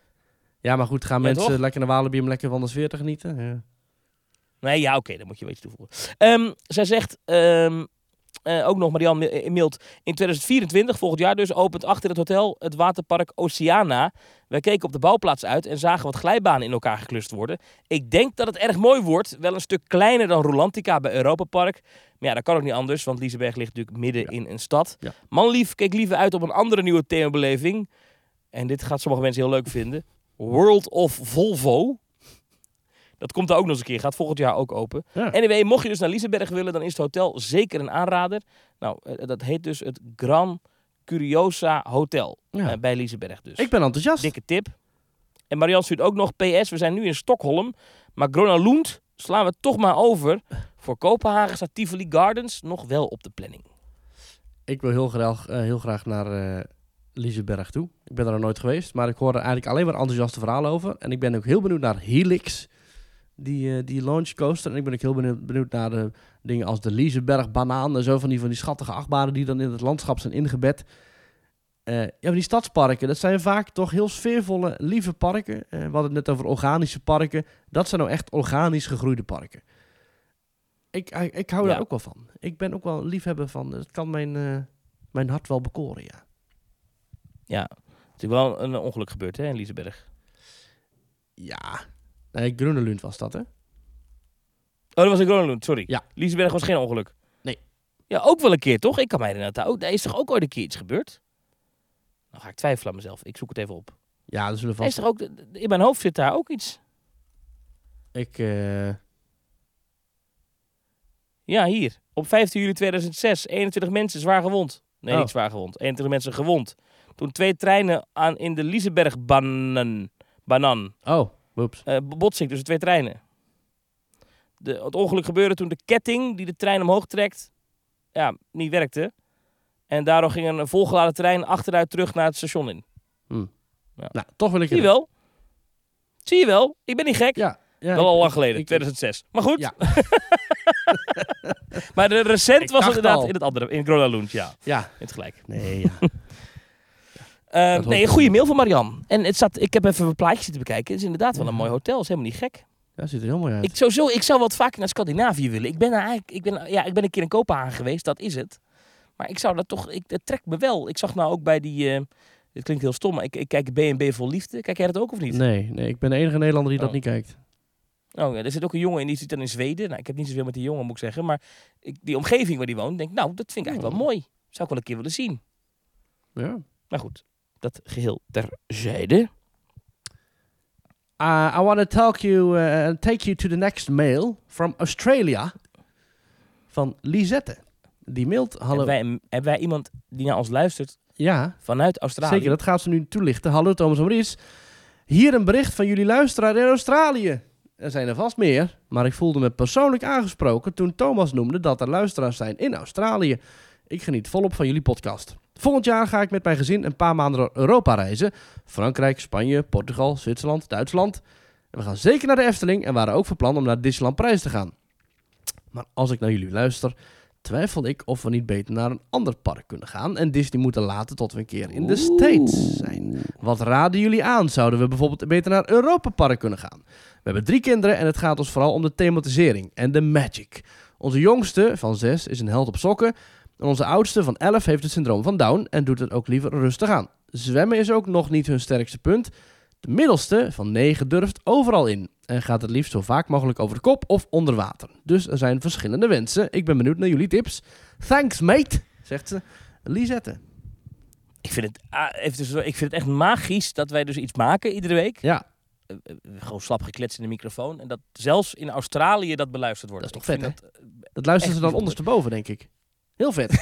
Ja, maar goed, gaan ja, mensen toch? lekker naar Walibi om lekker van de sfeer te genieten? Ja. Nee, ja, oké, okay, dan moet je een beetje toevoegen. Um, zij zegt, um, Uh, ook nog, Marian mailt, in tweeduizend vierentwintig, volgend jaar dus, opent achter het hotel het waterpark Oceana. Wij keken op de bouwplaats uit en zagen wat glijbanen in elkaar geklust worden. Ik denk dat het erg mooi wordt. Wel een stuk kleiner dan Rolantica bij Europa Park. Maar ja, dat kan ook niet anders, want Liseberg ligt natuurlijk midden ja. in een stad. Ja. Manlief keek liever uit op een andere nieuwe themabeleving. En dit gaat sommige mensen heel leuk vinden. World of Volvo. Dat komt er ook nog eens een keer. Gaat volgend jaar ook open. Ja. Anyway, mocht je dus naar Liseberg willen, dan is het hotel zeker een aanrader. Nou, dat heet dus het Gran Curiosa Hotel. Ja. Uh, bij Liseberg dus. Ik ben enthousiast. Dikke tip. En Marian stuurt ook nog P S. We zijn nu in Stockholm. Maar Gröna Lund slaan we toch maar over. Voor Kopenhagen staat Tivoli Gardens nog wel op de planning. Ik wil heel graag, uh, heel graag naar uh, Liseberg toe. Ik ben er nog nooit geweest. Maar ik hoor er eigenlijk alleen maar enthousiaste verhalen over. En ik ben ook heel benieuwd naar Helix. Die, uh, die launch coaster. En ik ben ook heel benieuwd, benieuwd naar de dingen als de Liseberg banaan en zo van die, van die schattige achtbanen die dan in het landschap zijn ingebed. Uh, ja, maar die stadsparken, dat zijn vaak toch heel sfeervolle, lieve parken. Uh, we hadden het net over organische parken. Dat zijn nou echt organisch gegroeide parken. Ik, ik, ik hou ja. daar ook wel van. Ik ben ook wel een liefhebber van. Dat kan mijn, uh, mijn hart wel bekoren, ja. Ja, het is wel een ongeluk gebeurd, hè, in Liseberg. Ja. Nee, Gröna Lund was dat, hè? Oh, dat was in Gröna Lund, sorry. Ja. Liseberg was geen ongeluk. Nee. Ja, ook wel een keer, toch? Ik kan mij herinneren. Ook, daar is toch ook ooit een keer iets gebeurd? Dan ga ik twijfelen aan mezelf. Ik zoek het even op. Ja, dat zullen vast... Is er ook, in mijn hoofd zit daar ook iets. Ik, uh... Ja, hier. Op vijftien juli tweeduizend zes. eenentwintig mensen zwaar gewond. Nee, oh. niet zwaar gewond. eenentwintig mensen gewond. Toen twee treinen aan in de Lisebergbanan... Banan. Oh, whoops. Uh, botsing tussen twee treinen. De, het ongeluk gebeurde toen de ketting die de trein omhoog trekt... Ja, niet werkte. En daardoor ging een volgeladen trein achteruit terug naar het station in. Hmm. Ja. Nou, toch wil ik... Zie je wel? Zie je wel? Ik ben niet gek. Ja. Ja, wel al lang geleden, ik, tweeduizend zes. Maar goed. Ja. Maar de recent ik was het inderdaad al. in het andere, in Gröna Lund, ja. Ja. In het gelijk. Nee, ja. uh, nee, een goede mail van Marian. En het zat, ik heb even een plaatje zitten bekijken. Het is inderdaad wel een mooi hotel. Het is helemaal niet gek. Ja, het ziet er heel mooi uit. Ik, sowieso, ik zou wat vaker naar Scandinavië willen. Ik ben, eigenlijk, ik, ben, ja, ik ben een keer in Kopenhagen geweest, dat is het. Maar ik zou dat toch, ik, dat trekt me wel. Ik zag nou ook bij die, uh, dit klinkt heel stom, maar ik, ik kijk B en B Vol Liefde. Kijk jij dat ook of niet? Nee, nee, ik ben de enige Nederlander die oh. dat niet kijkt. Oh ja, er zit ook een jongen in, die zit dan in Zweden. Nou, ik heb niet zoveel met die jongen, moet ik zeggen. Maar ik, die omgeving waar die woont, denk ik, nou, dat vind ik eigenlijk wel mooi. Zou ik wel een keer willen zien. Ja. Maar goed, dat geheel terzijde. Uh, I want to talk you, uh, take you to the next mail from Australia. Van Lisette. Die mailt... Hallo. Hebben wij, hebben wij iemand die naar ons luistert? Ja. Vanuit Australië? Zeker, dat gaat ze nu toelichten. Hallo Thomas en Maurice. Hier een bericht van jullie luisteraar in Australië. Er zijn er vast meer, maar ik voelde me persoonlijk aangesproken toen Thomas noemde dat er luisteraars zijn in Australië. Ik geniet volop van jullie podcast. Volgend jaar ga ik met mijn gezin een paar maanden door Europa reizen. Frankrijk, Spanje, Portugal, Zwitserland, Duitsland. En we gaan zeker naar de Efteling en waren ook van plan om naar Disneyland Parijs te gaan. Maar als ik naar jullie luister, twijfel ik of we niet beter naar een ander park kunnen gaan en Disney moeten laten tot we een keer in de States zijn. Wat raden jullie aan? Zouden we bijvoorbeeld beter naar Europa Park kunnen gaan? We hebben drie kinderen en het gaat ons vooral om de thematisering en de magic. Onze jongste van zes is een held op sokken en onze oudste van elf heeft het syndroom van Down en doet het ook liever rustig aan. Zwemmen is ook nog niet hun sterkste punt. De middelste van negen durft overal in en gaat het liefst zo vaak mogelijk over de kop of onder water. Dus er zijn verschillende wensen. Ik ben benieuwd naar jullie tips. Thanks, mate, zegt ze. Lisette. Ik vind het, ah, even zo, ik vind het echt magisch dat wij dus iets maken iedere week. Ja. Uh, uh, gewoon slap gekletst in de microfoon. En dat zelfs in Australië dat beluisterd wordt. Dat is toch vet, hè? Dat, dat luisteren ze dan ondersteboven, denk ik. Heel vet.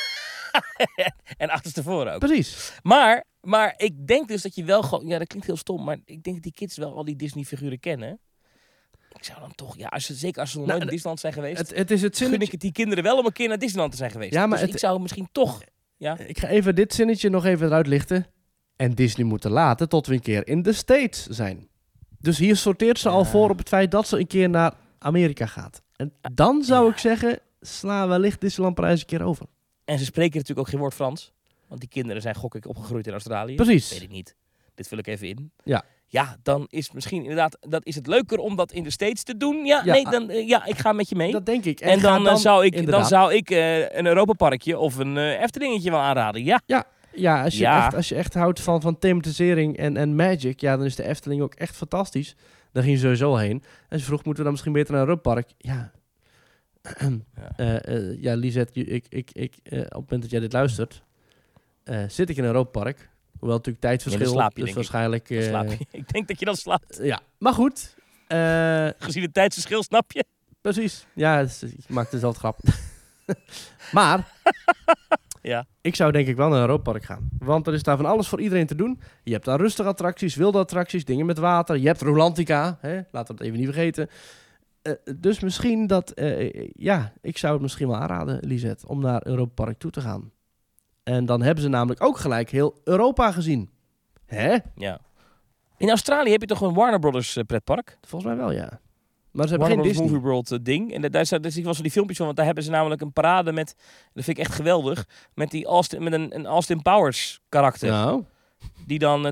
En achterstevoren ook. Precies. Maar, maar ik denk dus dat je wel gewoon... Ja, dat klinkt heel stom, maar ik denk dat die kids wel al die Disney-figuren kennen. Ik zou dan toch... Ja, als ze, zeker als ze nog nou, nooit in Disneyland zijn geweest... Het, het is het zinnetje... gun ik het die kinderen wel om een keer naar Disneyland te zijn geweest. Ja, maar dus het, ik zou misschien toch... Ja? Ik ga even dit zinnetje nog even eruit lichten. En Disney moeten laten tot we een keer in de States zijn. Dus hier sorteert ze ja. al voor op het feit dat ze een keer naar Amerika gaat. En dan zou ja. ik zeggen, sla wellicht Disneyland Parijs een keer over. En ze spreken natuurlijk ook geen woord Frans. Want die kinderen zijn, gok ik, opgegroeid in Australië. Precies. Weet ik niet. Dit vul ik even in. Ja. Ja, dan is misschien inderdaad, dat is het leuker om dat in de States te doen. Ja, ja nee, dan, uh, ja ik ga met je mee. Dat denk ik. En, en dan, dan zou ik, inderdaad. dan zou ik uh, een Europaparkje of een uh, Eftelingetje wel aanraden. Ja, ja, ja, als, je ja. Echt, als je echt houdt van, van thematisering en, en magic, ja, dan is de Efteling ook echt fantastisch. Daar ging je sowieso heen. En ze vroeg, moeten we dan misschien beter naar een Europapark? Ja. ja, uh, uh, ja Lisette, ik, ik, ik, uh, op het moment dat jij dit luistert, uh, zit ik in een Europapark. Hoewel natuurlijk tijdverschil, ja, slaap je, dus waarschijnlijk... Ik. Uh, slaap je. ik denk dat je dan slaapt. Uh, ja, maar goed. Uh, Gezien het tijdsverschil, snap je? Precies. Ja, het is, ik maak dezelfde grap. maar, ja. ik zou denk ik wel naar een Europapark gaan. Want er is daar van alles voor iedereen te doen. Je hebt daar rustige attracties, wilde attracties, dingen met water. Je hebt Rolantica, hè? Laten we het even niet vergeten. Uh, dus misschien dat... Uh, ja, ik zou het misschien wel aanraden, Lisette, om naar Europapark toe te gaan. En dan hebben ze namelijk ook gelijk heel Europa gezien. Hè? Ja. In Australië heb je toch een Warner Brothers uh, pretpark? Volgens mij wel, ja. Maar ze hebben Warner geen Brothers Disney. Movie World uh, ding. En daar zijn dus, ik was van die filmpjes van, want daar hebben ze namelijk een parade met, dat vind ik echt geweldig, met, die Austin, met een, een Austin Powers karakter. Nou. Die dan... Uh,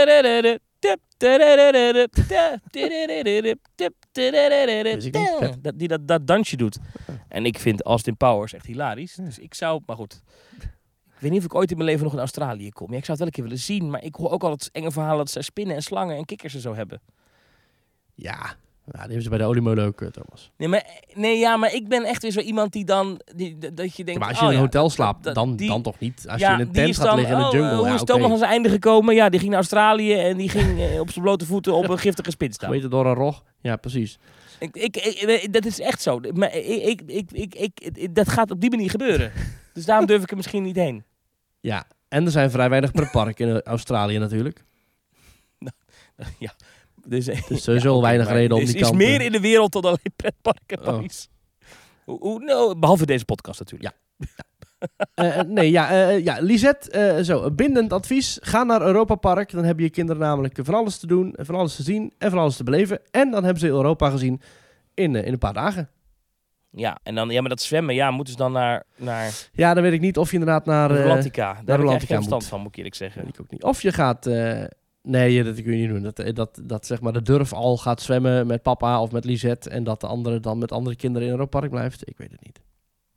dat, die dat, dat dansje doet. En ik vind Austin Powers echt hilarisch. Dus ik zou... Maar goed... Ik weet niet of ik ooit in mijn leven nog in Australië kom. Ja, ik zou het wel een keer willen zien. Maar ik hoor ook al het enge verhalen dat ze spinnen en slangen en kikkers en zo hebben. Ja, nou, die hebben ze bij de oliemolen ook, Thomas. Nee, maar, nee, ja, maar ik ben echt weer zo iemand die dan... Die, dat je denkt, ja, maar als je oh, in een ja, hotel slaapt, dat, dan, die, dan toch niet? Als ja, je in een tent gaat dan, liggen in de jungle. Oh, hoe ja, is okay. Thomas aan zijn einde gekomen? Ja, die ging naar Australië en die ging eh, op zijn blote voeten op een giftige spin staan. Geweten door een rog. Ja, precies. Ik, ik, ik, dat is echt zo. Maar ik, ik, ik, ik, ik, dat gaat op die manier gebeuren. Dus daarom durf ik er misschien niet heen. Ja, en er zijn vrij weinig pretparken in Australië natuurlijk. Nou, ja. Dus, dus sowieso ja, okay, weinig reden om die kant. Er is meer in de wereld dan alleen pretparken. Oh. Hoe, hoe, nou, behalve deze podcast natuurlijk. Ja. ja. uh, nee, ja, uh, ja Lisette, uh, zo, bindend advies. Ga naar Europa Park. Dan hebben je kinderen namelijk van alles te doen, van alles te zien en van alles te beleven. En dan hebben ze Europa gezien in, uh, in een paar dagen. Ja, en dan, ja, maar dat zwemmen, ja, moeten ze dan naar... naar... Ja, dan weet ik niet of je inderdaad naar... Uh, Rolantica. Daar naar heb ik echt geen moet. verstand van, moet ik eerlijk zeggen. Ja, ik ook niet. Of je gaat... Uh, nee, dat kun je niet doen. Dat, dat, dat zeg maar de durf al gaat zwemmen met papa of met Lisette en dat de andere dan met andere kinderen in Europa Park blijft. Ik weet het niet.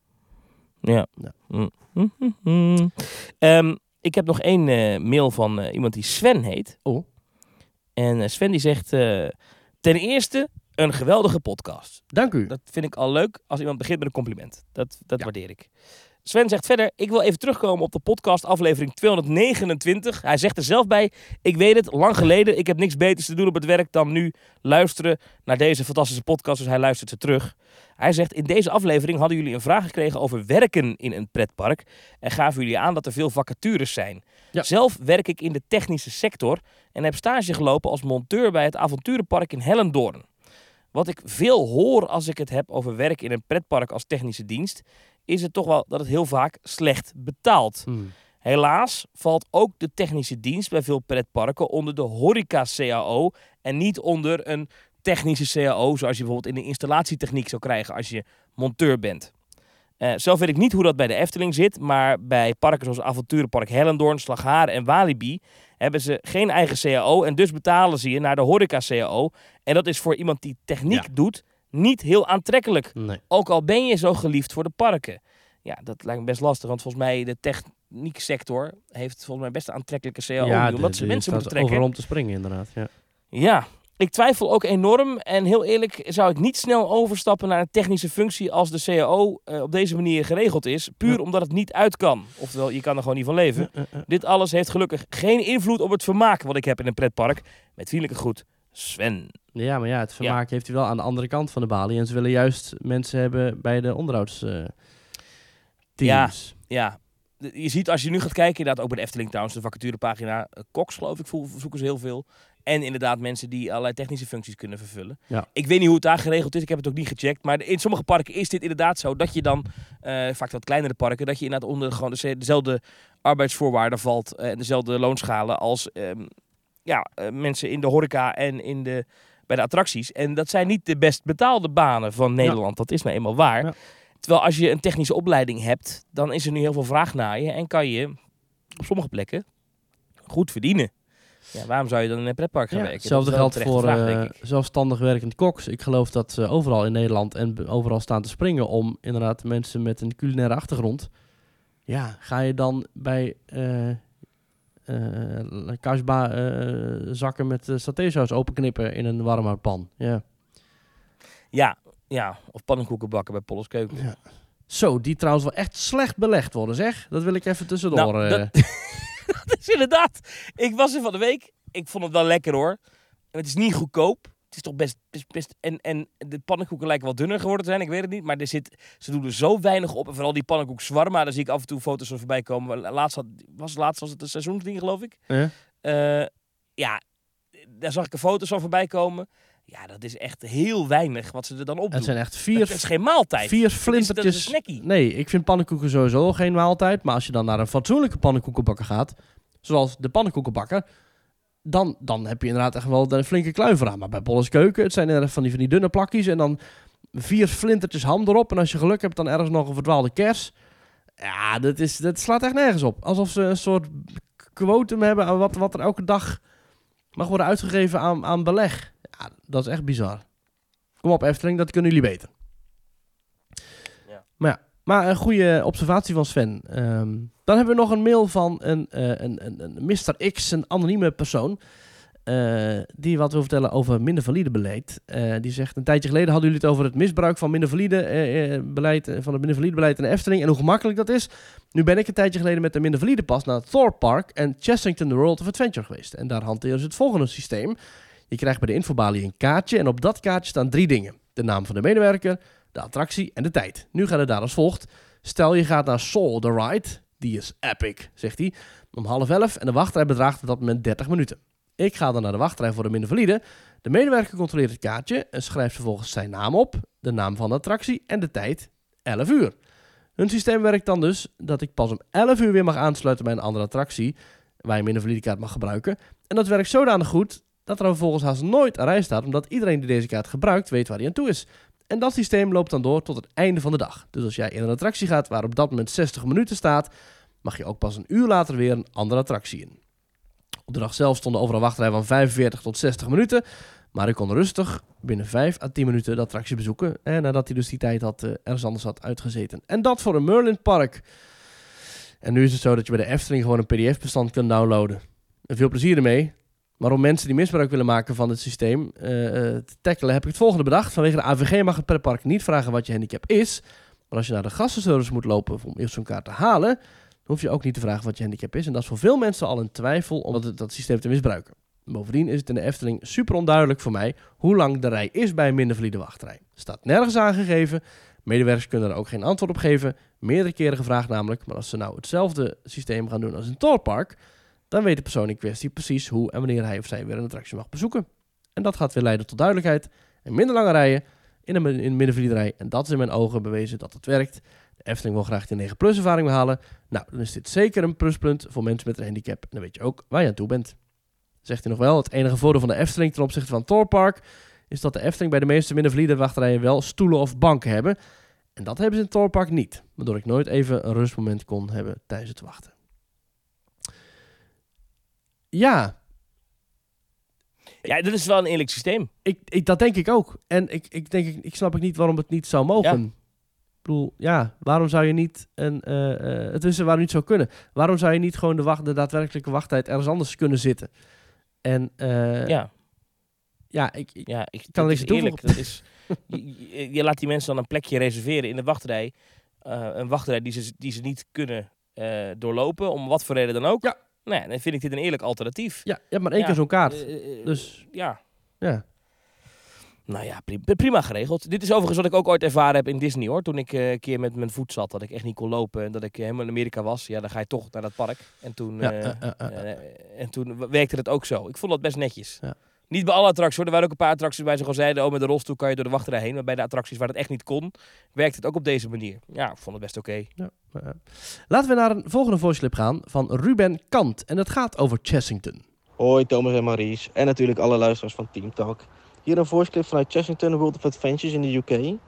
Ja. ja. Mm. Mm-hmm. Um, ik heb nog één uh, mail van uh, iemand die Sven heet. Oh. En uh, Sven die zegt... Uh, ten eerste... Een geweldige podcast. Dank u. Dat vind ik al leuk als iemand begint met een compliment. Dat, dat ja. waardeer ik. Sven zegt verder, ik wil even terugkomen op de podcast aflevering tweehonderdnegenentwintig. Hij zegt er zelf bij, ik weet het, lang geleden. Ik heb niks beters te doen op het werk dan nu luisteren naar deze fantastische podcast. Dus hij luistert ze terug. Hij zegt, in deze aflevering hadden jullie een vraag gekregen over werken in een pretpark. En gaven jullie aan dat er veel vacatures zijn. Ja. Zelf werk ik in de technische sector en heb stage gelopen als monteur bij het avonturenpark in Hellendoorn. Wat ik veel hoor als ik het heb over werk in een pretpark als technische dienst, is het toch wel dat het heel vaak slecht betaalt. Hmm. Helaas valt ook de technische dienst bij veel pretparken onder de horeca-C A O en niet onder een technische C A O zoals je bijvoorbeeld in de installatietechniek zou krijgen als je monteur bent. Uh, zelf weet ik niet hoe dat bij de Efteling zit, maar bij parken zoals Avonturenpark Hellendoorn, Slagharen en Walibi hebben ze geen eigen C A O en dus betalen ze je naar de horeca-C A O. En dat is voor iemand die techniek ja. doet niet heel aantrekkelijk. Nee. Ook al ben je zo geliefd voor de parken. Ja, dat lijkt me best lastig, want volgens mij de technieksector heeft volgens mij best een aantrekkelijke C A O. Ja, omdat ze mensen moeten trekken. Overal om te springen inderdaad, ja. Ja. Ik twijfel ook enorm en heel eerlijk zou ik niet snel overstappen naar een technische functie als de C A O uh, op deze manier geregeld is. Puur ja. omdat het niet uit kan. Oftewel, je kan er gewoon niet van leven. Uh, uh, uh. Dit alles heeft gelukkig geen invloed op het vermaak wat ik heb in een pretpark. Met vriendelijke groet, Sven. Ja, maar ja, het vermaak ja. heeft hij wel aan de andere kant van de balie. En ze willen juist mensen hebben bij de onderhoudsteams. Uh, ja, ja. Je ziet als je nu gaat kijken, inderdaad ook bij de Efteling trouwens, de vacaturepagina uh, Koks geloof ik, zoeken ze heel veel. En inderdaad mensen die allerlei technische functies kunnen vervullen. Ja. Ik weet niet hoe het daar geregeld is. Ik heb het ook niet gecheckt. Maar in sommige parken is dit inderdaad zo. Dat je dan, uh, vaak wat kleinere parken, dat je inderdaad onder gewoon de, dezelfde arbeidsvoorwaarden valt. En uh, dezelfde loonschalen als um, ja, uh, mensen in de horeca en in de, bij de attracties. En dat zijn niet de best betaalde banen van Nederland. Ja. Dat is nou eenmaal waar. Ja. Terwijl als je een technische opleiding hebt, dan is er nu heel veel vraag naar je. En kan je op sommige plekken goed verdienen. Ja, waarom zou je dan in een pretpark gaan ja, werken? Hetzelfde geldt voor vraag, uh, zelfstandig werkend koks. Ik geloof dat ze overal in Nederland en overal staan te springen om inderdaad mensen met een culinaire achtergrond. Ja, ga je dan bij uh, uh, kaasba uh, zakken met uh, satésaus openknippen in een warmhoutpan? Ja. Ja, ja, of pannenkoeken bakken bij Polles Keuken. Ja. Zo, die trouwens wel echt slecht belegd worden, zeg. Dat wil ik even tussendoor. Nou, uh. dat, dat is inderdaad. Ik was er van de week. Ik vond het wel lekker hoor. Het is niet goedkoop. Het is toch best... best, best en, en de pannenkoeken lijken wel dunner geworden te zijn. Ik weet het niet. Maar er zit, ze doen er zo weinig op. En vooral die pannenkoek shawarma. Daar zie ik af en toe foto's van voorbij komen. Laatst, had, was, laatst was het een seizoensding, geloof ik. Ja. Uh, ja, daar zag ik er foto's van voorbij komen. Ja, dat is echt heel weinig wat ze er dan op doen. Het zijn echt vier... Het is geen maaltijd. Vier flintertjes... Dat is, dat is een snackie. Nee, ik vind pannenkoeken sowieso geen maaltijd. Maar als je dan naar een fatsoenlijke pannenkoekenbakker gaat, zoals de pannenkoekenbakker, dan, dan heb je inderdaad echt wel een flinke kluiver aan. Maar bij Polles Keuken, het zijn er van die, van die dunne plakjes en dan vier flintertjes ham erop. En als je geluk hebt, dan ergens nog een verdwaalde kers. Ja, dat, is, dat slaat echt nergens op. Alsof ze een soort quotum hebben aan wat, wat er elke dag mag worden uitgegeven aan, aan beleg. Ja, dat is echt bizar. Kom op Efteling, dat kunnen jullie beter. Ja. Maar ja, maar een goede observatie van Sven. Um, dan hebben we nog een mail van een, uh, een, een, een mister X, een anonieme persoon, uh, die wat wil vertellen over minder valide beleid. Uh, die zegt, een tijdje geleden hadden jullie het over het misbruik van minder valide uh, uh, beleid, uh, van het minder valide beleid in de Efteling en hoe gemakkelijk dat is. Nu ben ik een tijdje geleden met de minder valide pas naar het Thorpe Park en Chessington World of Adventure geweest. En daar hanteren ze het volgende systeem. Je krijgt bij de infobalie een kaartje en op dat kaartje staan drie dingen. De naam van de medewerker, de attractie en de tijd. Nu gaat het daar als volgt. Stel je gaat naar Soul the Ride. Die is epic, zegt hij. Om half elf en de wachtrij bedraagt op dat moment dertig minuten. Ik ga dan naar de wachtrij voor de minder valide. De medewerker controleert het kaartje en schrijft vervolgens zijn naam op, de naam van de attractie en de tijd, elf uur. Hun systeem werkt dan dus dat ik pas om elf uur weer mag aansluiten bij een andere attractie, waar je minder valide kaart mag gebruiken. En dat werkt zodanig goed dat er vervolgens haast nooit een rij staat, omdat iedereen die deze kaart gebruikt weet waar hij aan toe is. En dat systeem loopt dan door tot het einde van de dag. Dus als jij in een attractie gaat waar op dat moment zestig minuten staat, mag je ook pas een uur later weer een andere attractie in. Op de dag zelf stonden overal wachtrij van vijfenveertig tot zestig minuten, maar ik kon rustig binnen vijf à tien minuten de attractie bezoeken, en nadat hij dus die tijd had, uh, ergens anders had uitgezeten. En dat voor een Merlin Park. En nu is het zo dat je bij de Efteling gewoon een P D F-bestand kunt downloaden. En veel plezier ermee. Maar om mensen die misbruik willen maken van het systeem uh, te tackelen, heb ik het volgende bedacht. Vanwege de A V G mag het pretpark niet vragen wat je handicap is. Maar als je naar de gastenservice moet lopen om eerst zo'n kaart te halen, dan hoef je ook niet te vragen wat je handicap is. En dat is voor veel mensen al een twijfel om het, dat systeem te misbruiken. Bovendien is het in de Efteling super onduidelijk voor mij hoe lang de rij is bij een minder valide wachtrij. Staat nergens aangegeven. Medewerkers kunnen er ook geen antwoord op geven. Meerdere keren gevraagd namelijk. Maar als ze nou hetzelfde systeem gaan doen als in Thorpe Park, dan weet de persoon in kwestie precies hoe en wanneer hij of zij weer een attractie mag bezoeken. En dat gaat weer leiden tot duidelijkheid en minder lange rijen in een, in een middenvalide rij. En dat is in mijn ogen bewezen dat het werkt. De Efteling wil graag die negen plus ervaring behalen. Nou, dan is dit zeker een pluspunt voor mensen met een handicap. En dan weet je ook waar je aan toe bent. Zegt hij nog wel, het enige voordeel van de Efteling ten opzichte van Thorpe Park is dat de Efteling bij de meeste middenvalide wachtrijen wel stoelen of banken hebben. En dat hebben ze in Thorpe Park niet. Waardoor ik nooit even een rustmoment kon hebben tijdens het wachten. Ja. Ja, dat is wel een eerlijk systeem. Ik, ik, dat denk ik ook. En ik, ik denk, ik, ik snap ook niet waarom het niet zou mogen. Ja. Ik bedoel, ja, waarom zou je niet een, uh, uh, het is waarom niet zou kunnen? Waarom zou je niet gewoon de, wacht, de daadwerkelijke wachttijd ergens anders kunnen zitten? En uh, ja, ja, ik, ik ja, ik kan dat niks is doen. Eerlijk, dat is, je, je laat die mensen dan een plekje reserveren in de wachtrij, uh, een wachtrij die ze, die ze niet kunnen uh, doorlopen, om wat voor reden dan ook. Ja. Nee, dan vind ik dit een eerlijk alternatief. Ja, je hebt maar één ja, keer zo'n kaart. Uh, dus ja. Ja. Nou ja, prima, prima geregeld. Dit is overigens wat ik ook ooit ervaren heb in Disney, hoor. Toen ik uh, een keer met mijn voet zat, dat ik echt niet kon lopen en dat ik helemaal in Amerika was. Ja, dan ga je toch naar dat park. En toen, ja, uh, uh, uh, uh, uh, en toen werkte het ook zo. Ik vond dat best netjes. Ja. Niet bij alle attracties, hoor. Er waren ook een paar attracties waar ze gewoon zeiden, oh, met de rolstoel kan je door de wachtrij heen. Maar bij de attracties waar het echt niet kon, werkte het ook op deze manier. Ja, ik vond het best oké. Okay. Ja, uh, laten we naar een volgende voiceclip gaan van Ruben Kant. En het gaat over Chessington. Hoi Thomas en Maries en natuurlijk alle luisteraars van Team Talk. Hier een voiceclip vanuit Chessington World of Adventures in de U K.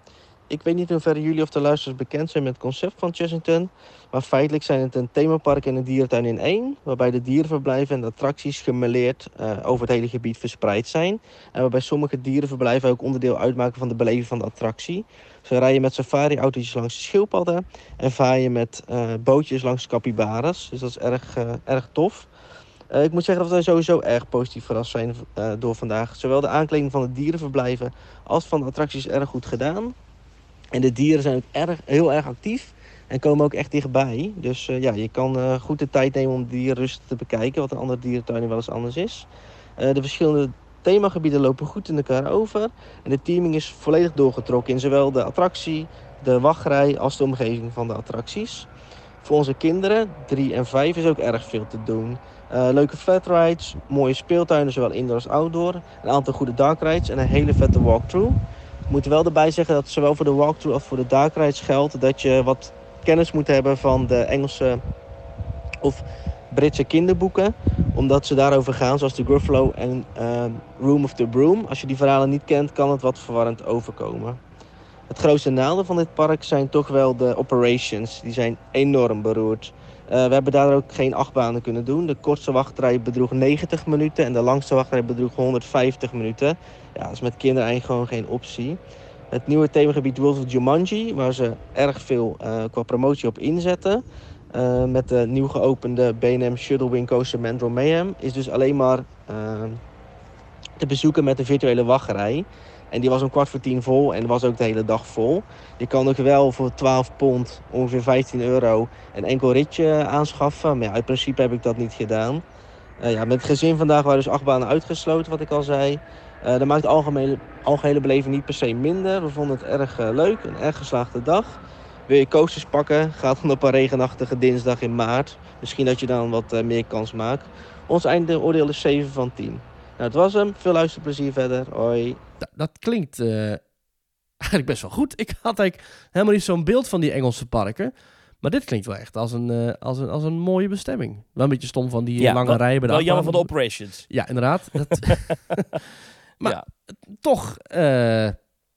Ik weet niet in hoeverre jullie of de luisteraars bekend zijn met het concept van Chessington. Maar feitelijk zijn het een themapark en een dierentuin in één. Waarbij de dierenverblijven en de attracties gemêleerd uh, over het hele gebied verspreid zijn. En waarbij sommige dierenverblijven ook onderdeel uitmaken van de beleving van de attractie. Zo rij je met safari-autootjes langs de schildpadden. En vaar je met uh, bootjes langs de capybaras. Dus dat is erg, uh, erg tof. Uh, ik moet zeggen dat we sowieso erg positief verrast zijn uh, door vandaag. Zowel de aankleding van de dierenverblijven als van de attracties erg goed gedaan. En de dieren zijn ook erg, heel erg actief en komen ook echt dichtbij. Dus uh, ja, je kan uh, goed de tijd nemen om de dieren rustig te bekijken, wat een andere dierentuin wel eens anders is. Uh, de verschillende themagebieden lopen goed in elkaar over. En de teaming is volledig doorgetrokken in zowel de attractie, de wachtrij als de omgeving van de attracties. Voor onze kinderen, drie en vijf, is ook erg veel te doen. Uh, leuke flatrides, mooie speeltuinen, zowel indoor als outdoor. Een aantal goede dark rides en een hele vette walkthrough. Ik moet er wel erbij zeggen dat zowel voor de walkthrough als voor de dark rides geldt dat je wat kennis moet hebben van de Engelse of Britse kinderboeken. Omdat ze daarover gaan, zoals The Gruffalo en uh, Room of the Broom. Als je die verhalen niet kent, kan het wat verwarrend overkomen. Het grootste nadeel van dit park zijn toch wel de operations. Die zijn enorm beroerd. Uh, we hebben daar ook geen achtbanen kunnen doen. De kortste wachtrij bedroeg negentig minuten en de langste wachtrij bedroeg honderdvijftig minuten. Ja, dat is met kinderen eigenlijk gewoon geen optie. Het nieuwe themagebied World of Jumanji, waar ze erg veel uh, qua promotie op inzetten. Uh, met de nieuw geopende B en M Shuttle Wing Coaster Mandrill Mayhem is dus alleen maar uh, te bezoeken met de virtuele wachtrij. En die was om kwart voor tien vol en was ook de hele dag vol. Je kan ook wel voor twaalf pond, ongeveer vijftien euro, een enkel ritje aanschaffen. Maar ja, in principe heb ik dat niet gedaan. Uh, ja, met het gezin vandaag waren dus acht banen uitgesloten, wat ik al zei. Uh, dat maakt de algemene, algehele beleving niet per se minder. We vonden het erg uh, leuk, een erg geslaagde dag. Wil je coasters pakken, ga dan op een regenachtige dinsdag in maart. Misschien dat je dan wat uh, meer kans maakt. Ons eindoordeel is zeven van tien. Nou, het was hem. Veel luisterplezier verder. Hoi. Dat, dat klinkt uh, eigenlijk best wel goed. Ik had eigenlijk helemaal niet zo'n beeld van die Engelse parken. Maar dit klinkt wel echt als een, uh, als een, als een mooie bestemming. Wel een beetje stom van die ja, lange wel, rijen. Bij de wel jammer van de operations. Ja, inderdaad. Dat maar ja. toch, uh,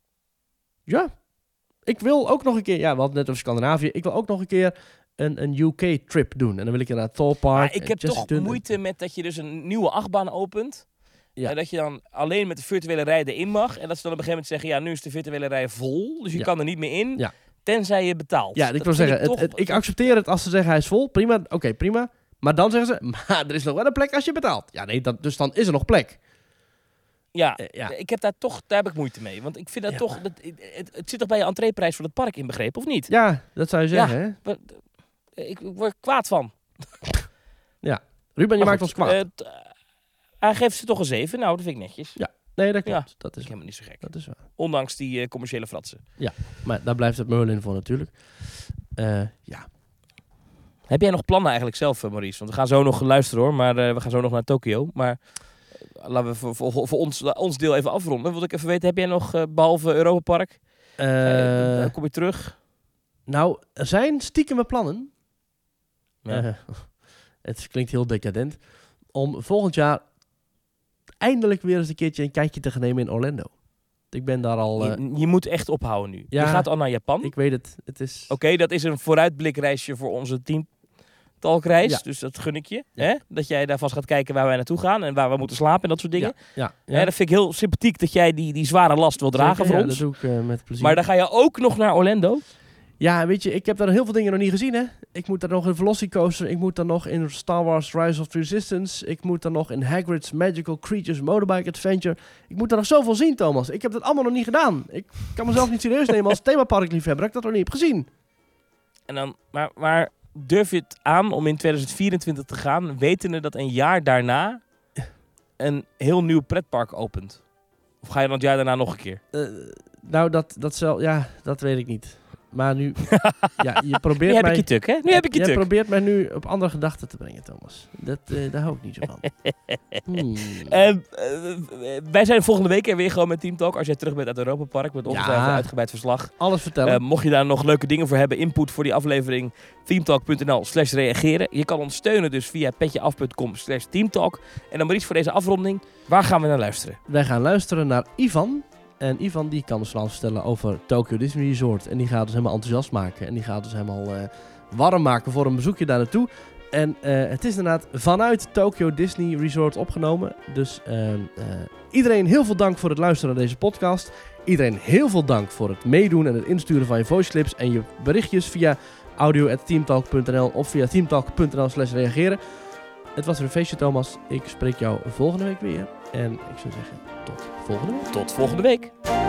ja. Ik wil ook nog een keer, ja, we hadden net over Scandinavië. Ik wil ook nog een keer een, een U K-trip doen. En dan wil ik naar Thor Park. Maar ik heb toch moeite met dat je dus een nieuwe achtbaan opent. Ja. En dat je dan alleen met de virtuele rij erin mag. En dat ze dan op een gegeven moment zeggen, ja, nu is de virtuele rij vol. Dus je ja. kan er niet meer in, ja. tenzij je betaalt. Ja, ik wil zeggen, ik, het, het, ik accepteer het als ze zeggen hij is vol. Prima, oké, okay, prima. Maar dan zeggen ze, maar er is nog wel een plek als je betaalt. Ja, nee, dat, dus dan is er nog plek. Ja, uh, ja, ik heb daar toch, daar heb ik moeite mee. Want ik vind dat ja. toch, dat, het, het, het zit toch bij je entreeprijs voor het park inbegrepen, of niet? Ja, dat zou je zeggen, ja, hè? Ik, ik word kwaad van. Ja, Ruben, je maar maakt goed, ons kwaad. Uh, t- Hij geeft ze toch een zeven. Nou, dat vind ik netjes. Ja, nee, dat klopt. Ja, dat is helemaal niet zo gek. Dat is waar. Ondanks die uh, commerciële fratsen. Ja, maar daar blijft het Merlin voor natuurlijk. Uh, ja. Heb jij nog plannen eigenlijk zelf, Maurice? Want we gaan zo nog luisteren hoor, maar uh, we gaan zo nog naar Tokio. Maar uh, laten we voor, voor, voor ons, ons deel even afronden. Wil ik even weten, heb jij nog, uh, behalve Europa Park, uh, uh, uh, kom je terug? Nou, er zijn stiekem plannen. Ja. Uh, het klinkt heel decadent. Om volgend jaar eindelijk weer eens een keertje een kijkje te gaan nemen in Orlando. Ik ben daar al... Uh... Je, je moet echt ophouden nu. Ja, je gaat al naar Japan. Ik weet het. Het is... Oké, okay, dat is een vooruitblikreisje voor onze teamtalkreis. Ja. Dus dat gun ik je. Ja. Hè? Dat jij daar vast gaat kijken waar wij naartoe gaan en waar we moeten slapen en dat soort dingen. Ja. Ja. Ja. Ja, dat vind ik heel sympathiek dat jij die, die zware last wil dragen Zeker, voor ja, ons. Dat doe ik uh, met plezier. Maar dan ga je ook nog naar Orlando. Ja, weet je, ik heb daar heel veel dingen nog niet gezien, hè. Ik moet daar nog in Velocicoaster, ik moet daar nog in Star Wars Rise of the Resistance, ik moet daar nog in Hagrid's Magical Creatures Motorbike Adventure. Ik moet daar nog zoveel zien, Thomas. Ik heb dat allemaal nog niet gedaan. Ik kan mezelf niet serieus nemen als themaparkliefhebber, dat ik dat nog niet heb gezien. En dan, maar, maar durf je het aan om in tweeduizend vierentwintig te gaan, wetende dat een jaar daarna een heel nieuw pretpark opent? Of ga je dan het jaar daarna nog een keer? Uh, nou, dat, dat, zal, ja, dat weet ik niet. Maar nu, ja, je probeert nu heb mij, ik je tuk, hè? Nu heb ik je, je tuk. Je probeert mij nu op andere gedachten te brengen, Thomas. Dat, uh, daar hou ik niet zo van. hmm. uh, uh, wij zijn volgende week er weer gewoon met Team Talk. Als jij terug bent uit Europa Park met ongetwijfeld ja, uitgebreid verslag. Alles vertellen. Uh, mocht je daar nog leuke dingen voor hebben, input voor die aflevering, teamtalk.nl slash reageren. Je kan ons steunen dus via petjeaf.com slash teamtalk. En dan maar iets voor deze afronding. Waar gaan we naar luisteren? Wij gaan luisteren naar Ivan. En Ivan die kan dus van alles vertellen over Tokyo Disney Resort. En die gaat dus helemaal enthousiast maken. En die gaat dus helemaal uh, warm maken voor een bezoekje daar naartoe. En uh, het is inderdaad vanuit Tokyo Disney Resort opgenomen. Dus uh, uh, iedereen heel veel dank voor het luisteren naar deze podcast. Iedereen heel veel dank voor het meedoen en het insturen van je voice clips en je berichtjes via audio at teamtalk punt n l of via teamtalk punt n l slash reageren. Het was weer een feestje, Thomas. Ik spreek jou volgende week weer. En ik zou zeggen, tot volgende week. Tot volgende week.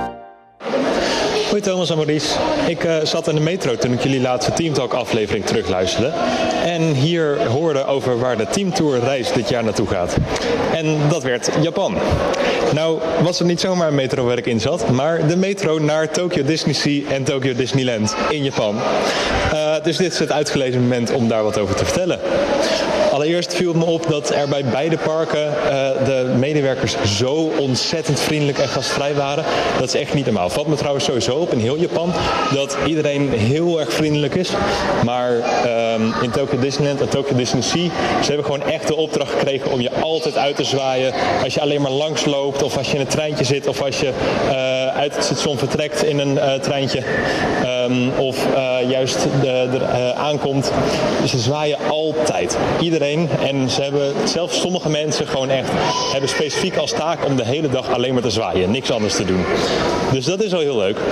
Hoi Thomas en Maurice. Ik uh, zat in de metro toen ik jullie laatste Teamtalk aflevering terugluisterde. En hier hoorde over waar de Teamtour reis dit jaar naartoe gaat. En dat werd Japan. Nou was het niet zomaar een metro waar ik in zat, maar de metro naar Tokyo Disney Sea en Tokyo Disneyland in Japan. Uh, dus dit is het uitgelezen moment om daar wat over te vertellen. Allereerst viel het me op dat er bij beide parken uh, de medewerkers zo ontzettend vriendelijk en gastvrij waren. Dat is echt niet normaal. Valt me trouwens sowieso op in heel Japan dat iedereen heel erg vriendelijk is. Maar um, in Tokyo Disneyland en Tokyo Disney Sea, ze hebben gewoon echt de opdracht gekregen om je altijd uit te zwaaien. Als je alleen maar langs loopt of als je in een treintje zit of als je uh, uit het station vertrekt in een uh, treintje. Um, of uh, juist de, de, uh, aankomt. Ze zwaaien altijd. Iedereen. En ze hebben, zelfs sommige mensen gewoon echt, hebben specifiek als taak om de hele dag alleen maar te zwaaien. Niks anders te doen. Dus dat is al heel leuk.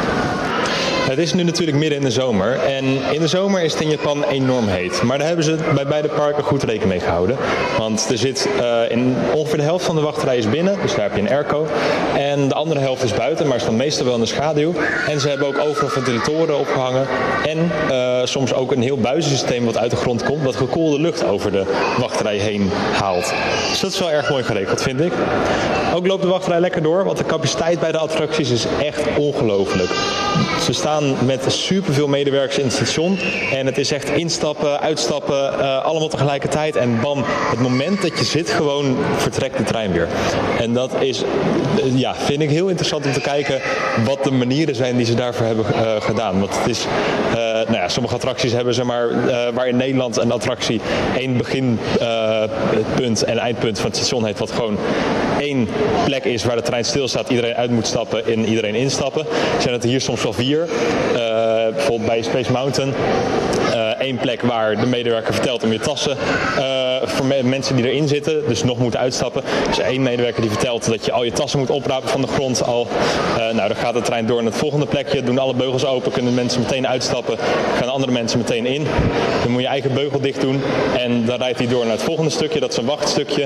Het is nu natuurlijk midden in de zomer en in de zomer is het in Japan enorm heet. Maar daar hebben ze bij beide parken goed rekening mee gehouden. Want er zit uh, in ongeveer de helft van de wachtrij is binnen, dus daar heb je een airco. En de andere helft is buiten, maar is dan meestal wel in de schaduw. En ze hebben ook overal ventilatoren opgehangen. En uh, soms ook een heel buizensysteem wat uit de grond komt, wat gekoelde lucht over de wachtrij heen haalt. Dus dat is wel erg mooi geregeld, vind ik. Ook loopt de wachtrij lekker door, want de capaciteit bij de attracties is echt ongelooflijk. Ze staan met superveel medewerkers in het station. En het is echt instappen, uitstappen, uh, allemaal tegelijkertijd. En bam, het moment dat je zit, gewoon vertrekt de trein weer. En dat is, uh, ja, vind ik heel interessant om te kijken wat de manieren zijn die ze daarvoor hebben uh, gedaan. Want het is, uh, nou ja, sommige attracties hebben, zeg maar, uh, waar in Nederland een attractie één beginpunt uh, en eindpunt van het station heeft, wat gewoon één plek is waar de trein stilstaat, iedereen uit moet stappen en iedereen instappen. Zijn het hier soms wel vier. Uh, bijvoorbeeld bij Space Mountain. Uh, één plek waar de medewerker vertelt om je tassen uh, voor me- mensen die erin zitten, dus nog moeten uitstappen. Dus één medewerker die vertelt dat je al je tassen moet oprapen van de grond al. Uh, nou, dan gaat de trein door naar het volgende plekje, doen alle beugels open, kunnen mensen meteen uitstappen, gaan andere mensen meteen in. Dan moet je eigen beugel dicht doen en dan rijdt hij door naar het volgende stukje, dat is een wachtstukje.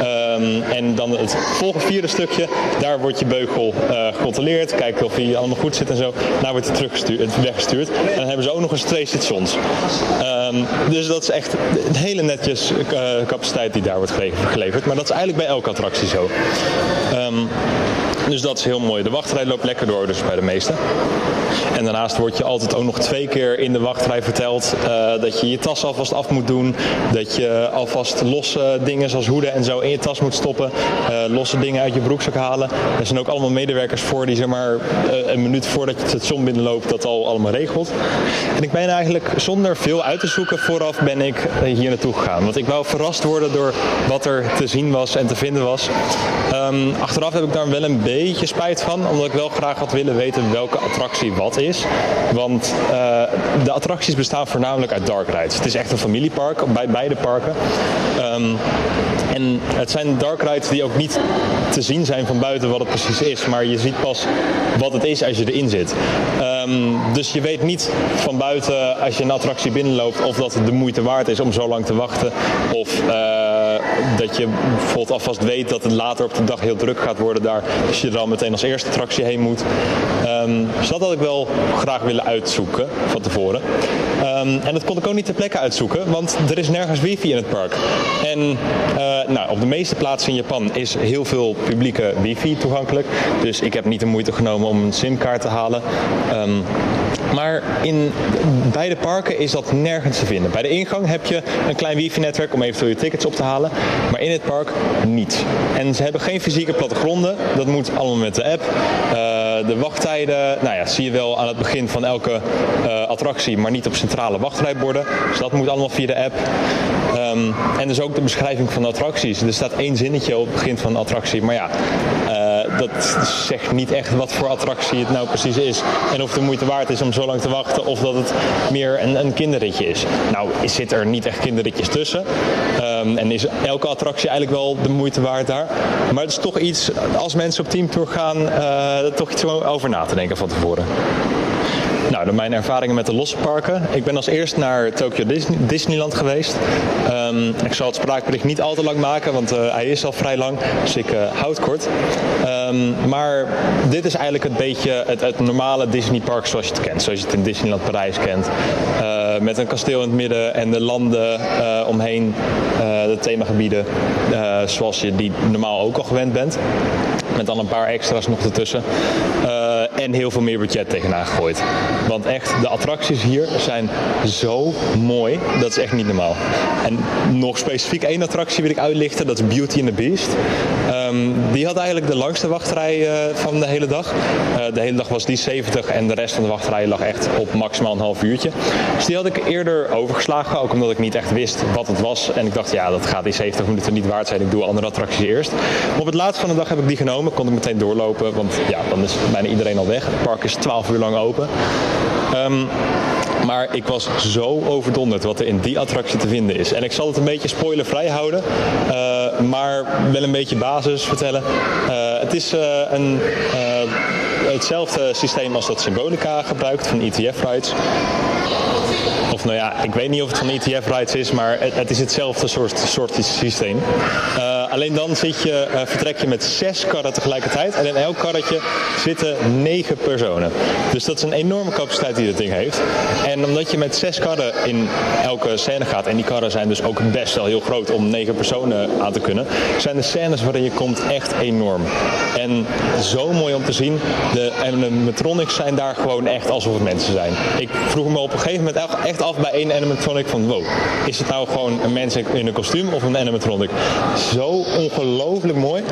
Um, en dan het volgende vierde stukje, daar wordt je beugel uh, gecontroleerd, kijken of hij allemaal goed zit en zo. Daar wordt hij teruggestuurd, weggestuurd. En dan hebben ze ook nog eens twee stations. Um, dus dat is echt een hele netjes uh, capaciteit die daar wordt geleverd. Maar dat is eigenlijk bij elke attractie zo. Um, dus dat is heel mooi. De wachtrij loopt lekker door, dus bij de meeste. En daarnaast wordt je altijd ook nog twee keer in de wachtrij verteld uh, dat je je tas alvast af moet doen. Dat je alvast losse dingen zoals hoeden en zo in je tas moet stoppen. Uh, losse dingen uit je broekzak halen. Er zijn ook allemaal medewerkers voor die, zeg maar, uh, een minuut voordat je het station binnenloopt dat al allemaal regelt. En ik ben eigenlijk zonder veel uit te zoeken vooraf ben ik hier naartoe gegaan. Want ik wou verrast worden door wat er te zien was en te vinden was. Um, achteraf heb ik daar wel een beetje spijt van. Omdat ik wel graag had willen weten welke attractie wat is. Want uh, de attracties bestaan voornamelijk uit dark rides. Het is echt een familiepark bij beide parken. Um, en het zijn dark rides die ook niet te zien zijn van buiten wat het precies is. Maar je ziet pas wat het is als je erin zit. Um, dus je weet niet van buiten als je een attractie binnenloopt of dat het de moeite waard is om zo lang te wachten. Of uh, dat je bijvoorbeeld alvast weet dat het later op de dag heel druk gaat worden daar. Dus je er al meteen als eerste attractie heen moet. Um, dus dat had ik wel graag willen uitzoeken van tevoren. Um, en dat kon ik ook niet ter plekke uitzoeken, want er is nergens wifi in het park. En uh, nou, op de meeste plaatsen in Japan is heel veel publieke wifi toegankelijk. Dus ik heb niet de moeite genomen om een simkaart te halen. Um, maar in beide parken is dat nergens te vinden. Bij de ingang heb je een klein wifi-netwerk om eventueel je tickets op te halen. Maar in het park niet. En ze hebben geen fysieke plattegronden. Dat moet allemaal met de app. Uh, de wachttijden, nou ja, zie je wel aan het begin van elke uh, attractie, maar niet op centrale wachtrijborden. Dus dat moet allemaal via de app. Um, en dus ook de beschrijving van de attracties. Er staat één zinnetje op het begin van de attractie. Maar ja, uh, dat zegt niet echt wat voor attractie het nou precies is. En of het de moeite waard is om zo lang te wachten of dat het meer een, een kinderritje is. Nou zit er niet echt kinderritjes tussen. Um, en is elke attractie eigenlijk wel de moeite waard daar. Maar het is toch iets, als mensen op teamtour gaan, uh, toch iets om over na te denken van tevoren. Nou, door mijn ervaringen met de losse parken. Ik ben als eerst naar Tokyo Disney, Disneyland geweest. Um, ik zal het spraakbericht niet al te lang maken, want uh, hij is al vrij lang. Dus ik uh, houd kort. Um, maar dit is eigenlijk een beetje het, het normale Disney park zoals je het kent. Zoals je het in Disneyland Parijs kent. Uh, met een kasteel in het midden en de landen uh, omheen. Uh, de themagebieden uh, zoals je die normaal ook al gewend bent. Met dan een paar extra's nog ertussen. Uh, en heel veel meer budget tegenaan gegooid. Want echt, de attracties hier zijn zo mooi. Dat is echt niet normaal. En nog specifiek één attractie wil ik uitlichten. Dat is Beauty and the Beast. Um, die had eigenlijk de langste wachtrij uh, van de hele dag. Uh, de hele dag was die zeventig en de rest van de wachtrij lag echt op maximaal een half uurtje. Dus die had ik eerder overgeslagen. Ook omdat ik niet echt wist wat het was. En ik dacht, ja, dat gaat die zeventig minuten niet waard zijn. Ik doe andere attracties eerst. Maar op het laatst van de dag heb ik die genomen. Kon ik meteen doorlopen. Want ja, dan is bijna iedereen al weg. Het park is twaalf uur lang open. Um, Maar ik was zo overdonderd wat er in die attractie te vinden is. En ik zal het een beetje spoilervrij houden. Uh, maar wel een beetje basis vertellen. Uh, het is uh, een, uh, hetzelfde systeem als dat Symbolica gebruikt van E T F-rides. Of nou ja, ik weet niet of het van E T F-rides is, maar het, het is hetzelfde soort, soort systeem. Uh, alleen dan zit je, uh, vertrek je met zes karren tegelijkertijd. En in elk karretje zitten negen personen. Dus dat is een enorme capaciteit die dat ding heeft. En omdat je met zes karren in elke scène gaat, en die karren zijn dus ook best wel heel groot om negen personen aan te kunnen, zijn de scènes waarin je komt echt enorm. En zo mooi om te zien. De animatronics zijn daar gewoon echt alsof het mensen zijn. Ik vroeg me op een gegeven moment echt af bij één animatronic van wow, is het nou gewoon een mens in een kostuum of een animatronic? Zo ongelooflijk mooi.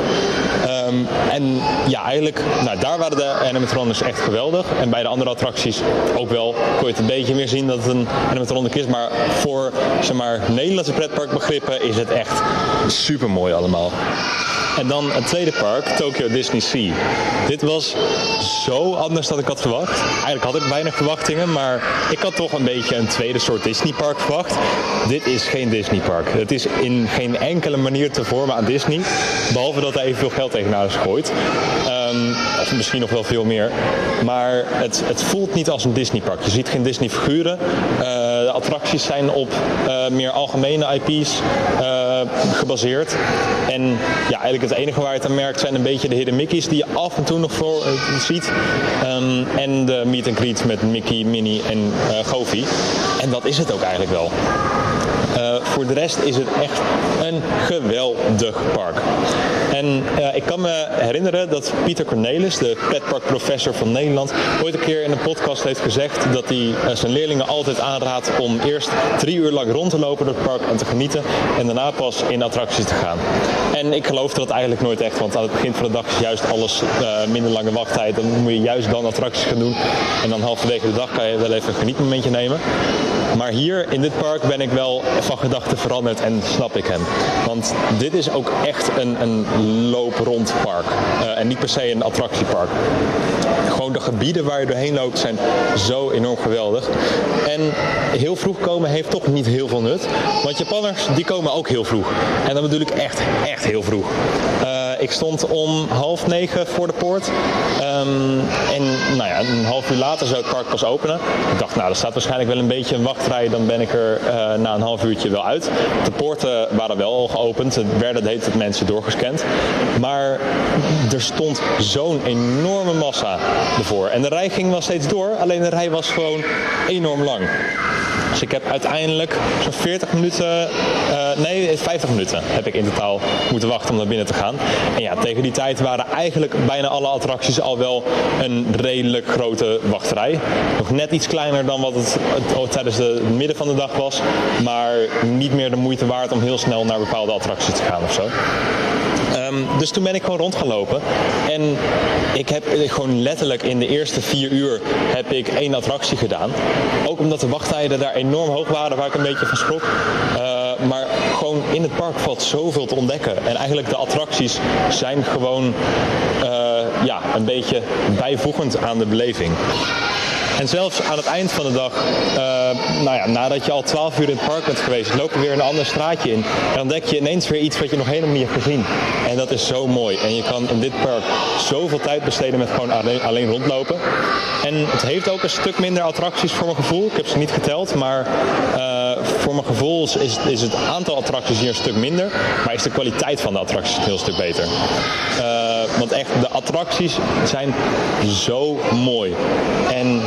Um, en ja, eigenlijk, nou daar waren de animatronics echt geweldig. En bij de andere attracties ook wel kon je het een beetje meer zien dat het een animatronic is. Maar voor, zeg maar, Nederlandse pretparkbegrippen is het echt super mooi allemaal. En dan het tweede park, Tokyo Disney Sea. Dit was zo anders dan ik had verwacht. Eigenlijk had ik weinig verwachtingen, maar ik had toch een beetje een tweede soort Disney park verwacht. Dit is geen Disney park. Het is in geen enkele manier te vormen aan Disney. Behalve dat er evenveel geld tegenaan is gegooid. Um, of misschien nog wel veel meer. Maar het, het voelt niet als een Disney park. Je ziet geen Disney figuren. Uh, de attracties zijn op uh, meer algemene I P's uh, gebaseerd. En ja, eigenlijk het enige waar je het aan merkt zijn een beetje de hidden Mickey's die je af en toe nog voor uh, ziet. Um, en de meet and greet met Mickey, Minnie en uh, Goofy. En dat is het ook eigenlijk wel. Uh, voor de rest is het echt een geweldig park. En uh, ik kan me herinneren dat Pieter Cornelis, de pretparkprofessor van Nederland, ooit een keer in een podcast heeft gezegd dat hij uh, zijn leerlingen altijd aanraadt om eerst drie uur lang rond te lopen door het park en te genieten en daarna pas in attracties te gaan. En ik geloofde dat eigenlijk nooit echt, want aan het begin van de dag is juist alles uh, minder lange wachttijd. Dan moet je juist dan attracties gaan doen en dan halverwege de dag kan je wel even een genietmomentje nemen. Maar hier in dit park ben ik wel van gedachten veranderd en snap ik hem. Want dit is ook echt een, een loop-rond park. Uh, en niet per se een attractiepark. Gewoon de gebieden waar je doorheen loopt zijn zo enorm geweldig. En heel vroeg komen heeft toch niet heel veel nut. Want Japanners die komen ook heel vroeg. En dan bedoel ik echt, echt heel vroeg. Uh, ik stond om half negen voor de poort. Um, en nou ja, een half uur later zou het park pas openen. Ik dacht, nou, er staat waarschijnlijk wel een beetje een wachtrij. Dan ben ik er uh, na een half uurtje wel uit. De poorten waren wel al geopend. Er werden de hele tijd mensen doorgescand. Maar er stond zo'n enorme massa ervoor. En de rij ging wel steeds door. Alleen de rij was gewoon enorm lang. Dus ik heb uiteindelijk zo'n veertig minuten, uh, nee vijftig minuten heb ik in totaal moeten wachten om naar binnen te gaan. En ja, tegen die tijd waren eigenlijk bijna alle attracties al wel een redelijk grote wachtrij. Nog net iets kleiner dan wat het, het tijdens de midden van de dag was. Maar niet meer de moeite waard om heel snel naar bepaalde attracties te gaan of zo. Um, dus toen ben ik gewoon rond gaan lopen. En ik heb gewoon letterlijk in de eerste vier uur heb ik één attractie gedaan. Ook omdat de wachttijden daar enorm hoog waren, waar ik een beetje van schrok. Uh, maar gewoon in het park valt zoveel te ontdekken. En eigenlijk de attracties zijn gewoon uh, ja, een beetje bijvoegend aan de beleving. En zelfs aan het eind van de dag, uh, nou ja, nadat je al twaalf uur in het park bent geweest, loop je weer een ander straatje in. En ontdek je ineens weer iets wat je nog helemaal niet hebt gezien. En dat is zo mooi. En je kan in dit park zoveel tijd besteden met gewoon alleen, alleen rondlopen. En het heeft ook een stuk minder attracties voor mijn gevoel. Ik heb ze niet geteld, maar uh, voor mijn gevoel is, is het aantal attracties hier een stuk minder. Maar is de kwaliteit van de attracties een heel stuk beter. Uh, want echt, de attracties zijn zo mooi. En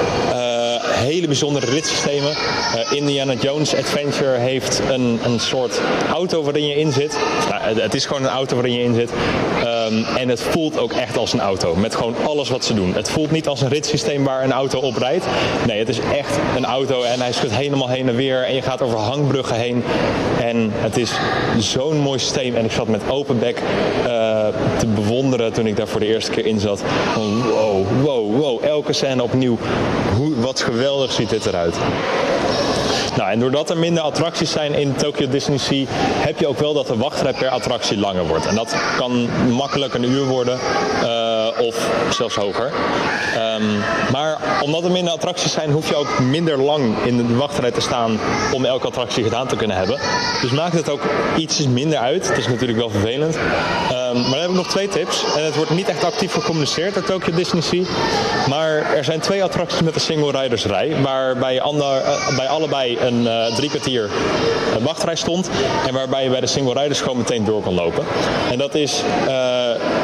hele bijzondere ritssystemen. Uh, Indiana Jones Adventure heeft een, een soort auto waarin je in zit. Nou, het is gewoon een auto waarin je in zit. Um, en het voelt ook echt als een auto. Met gewoon alles wat ze doen. Het voelt niet als een ritssysteem waar een auto op rijdt. Nee, het is echt een auto en hij schudt helemaal heen en weer. En je gaat over hangbruggen heen. En het is zo'n mooi systeem. En ik zat met open bek uh, te bewonderen toen ik daar voor de eerste keer in zat. Wow, wow, wow. Elke scène opnieuw. Hoe, wat geweldig ziet dit eruit. Nou, en doordat er minder attracties zijn in Tokyo Disney Sea, heb je ook wel dat de wachtrij per attractie langer wordt. En dat kan makkelijk een uur worden, uh, of zelfs hoger. Um, maar omdat er minder attracties zijn, hoef je ook minder lang in de wachtrij te staan om elke attractie gedaan te kunnen hebben. Dus maakt het ook iets minder uit. Het is natuurlijk wel vervelend. Um, maar dan heb ik nog twee tips. En het wordt niet echt actief gecommuniceerd door Tokyo Disney Sea. Maar er zijn twee attracties met een single ridersrij, waar bij, ander, uh, bij allebei een uh, drie kwartier uh, wachtrij stond. En waarbij je bij de single riders gewoon meteen door kan lopen. En dat is Uh,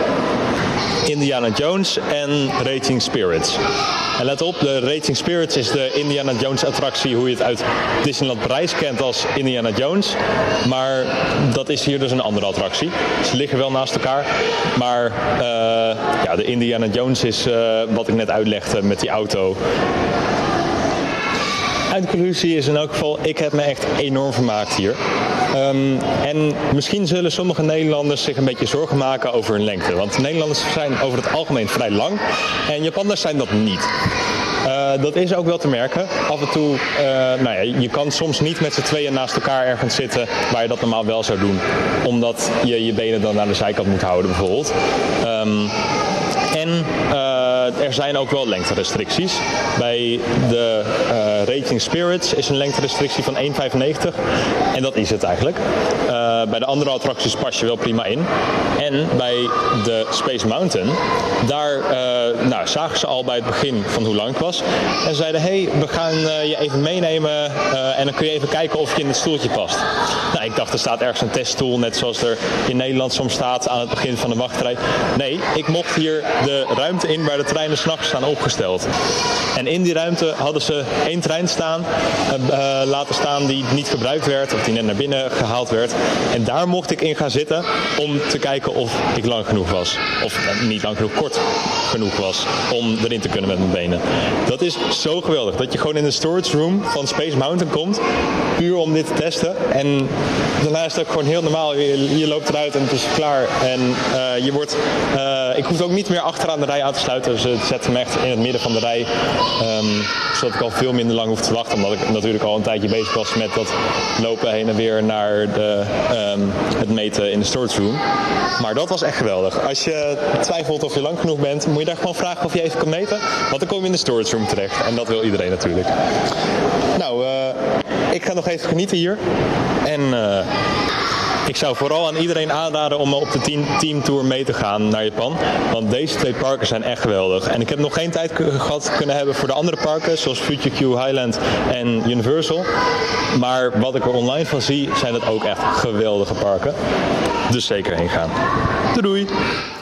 Indiana Jones en Raging Spirits. En let op, de Raging Spirits is de Indiana Jones attractie hoe je het uit Disneyland Parijs kent als Indiana Jones. Maar dat is hier dus een andere attractie. Ze liggen wel naast elkaar. Maar uh, ja, de Indiana Jones is uh, wat ik net uitlegde met die auto. Eindconclusie is in elk geval, ik heb me echt enorm vermaakt hier. Um, en misschien zullen sommige Nederlanders zich een beetje zorgen maken over hun lengte. Want Nederlanders zijn over het algemeen vrij lang en Japanners zijn dat niet. Uh, dat is ook wel te merken. Af en toe, uh, nou ja, je kan soms niet met z'n tweeën naast elkaar ergens zitten waar je dat normaal wel zou doen. Omdat je je benen dan aan de zijkant moet houden bijvoorbeeld. Um, en uh, er zijn ook wel lengterestricties. Bij de uh, Raging Spirits is een lengterestrictie van één vijfennegentig. En dat is het eigenlijk. Uh, bij de andere attracties pas je wel prima in. En bij de Space Mountain, daar uh, nou, zagen ze al bij het begin van hoe lang het was. En zeiden, hé, hey, we gaan uh, je even meenemen uh, en dan kun je even kijken of je in het stoeltje past. Nou, ik dacht, er staat ergens een teststoel, net zoals er in Nederland soms staat aan het begin van de wachtrij. Nee, ik mocht hier de ruimte in waar de treinen 's nachts staan opgesteld. En in die ruimte hadden ze één trein staan, uh, uh, laten staan die niet gebruikt werd, of die net naar binnen gehaald werd. En daar mocht ik in gaan zitten om te kijken of ik lang genoeg was. Of uh, niet lang genoeg, kort genoeg was om erin te kunnen met mijn benen. Dat is zo geweldig, dat je gewoon in de storage room van Space Mountain komt, puur om dit te testen. En daarna is het ook gewoon heel normaal. Je, je loopt eruit en het is klaar. En uh, je wordt, uh, ik hoef ook niet meer achteraan de rij aan te sluiten. Dus het zet me echt in het midden van de rij. Um, zodat ik al veel minder lang hoef te wachten. Omdat ik natuurlijk al een tijdje bezig was met dat lopen heen en weer naar de, um, het meten in de storage room. Maar dat was echt geweldig. Als je twijfelt of je lang genoeg bent, moet je daar gewoon vragen of je even kan meten. Want dan kom je in de storage room terecht. En dat wil iedereen natuurlijk. Nou, uh, ik ga nog even genieten hier. En Uh, ik zou vooral aan iedereen aanraden om op de team, teamtour mee te gaan naar Japan. Want deze twee parken zijn echt geweldig. En ik heb nog geen tijd gehad kunnen hebben voor de andere parken, zoals Future Q, Highland en Universal. Maar wat ik er online van zie, zijn dat ook echt geweldige parken. Dus zeker heen gaan. Doei doei!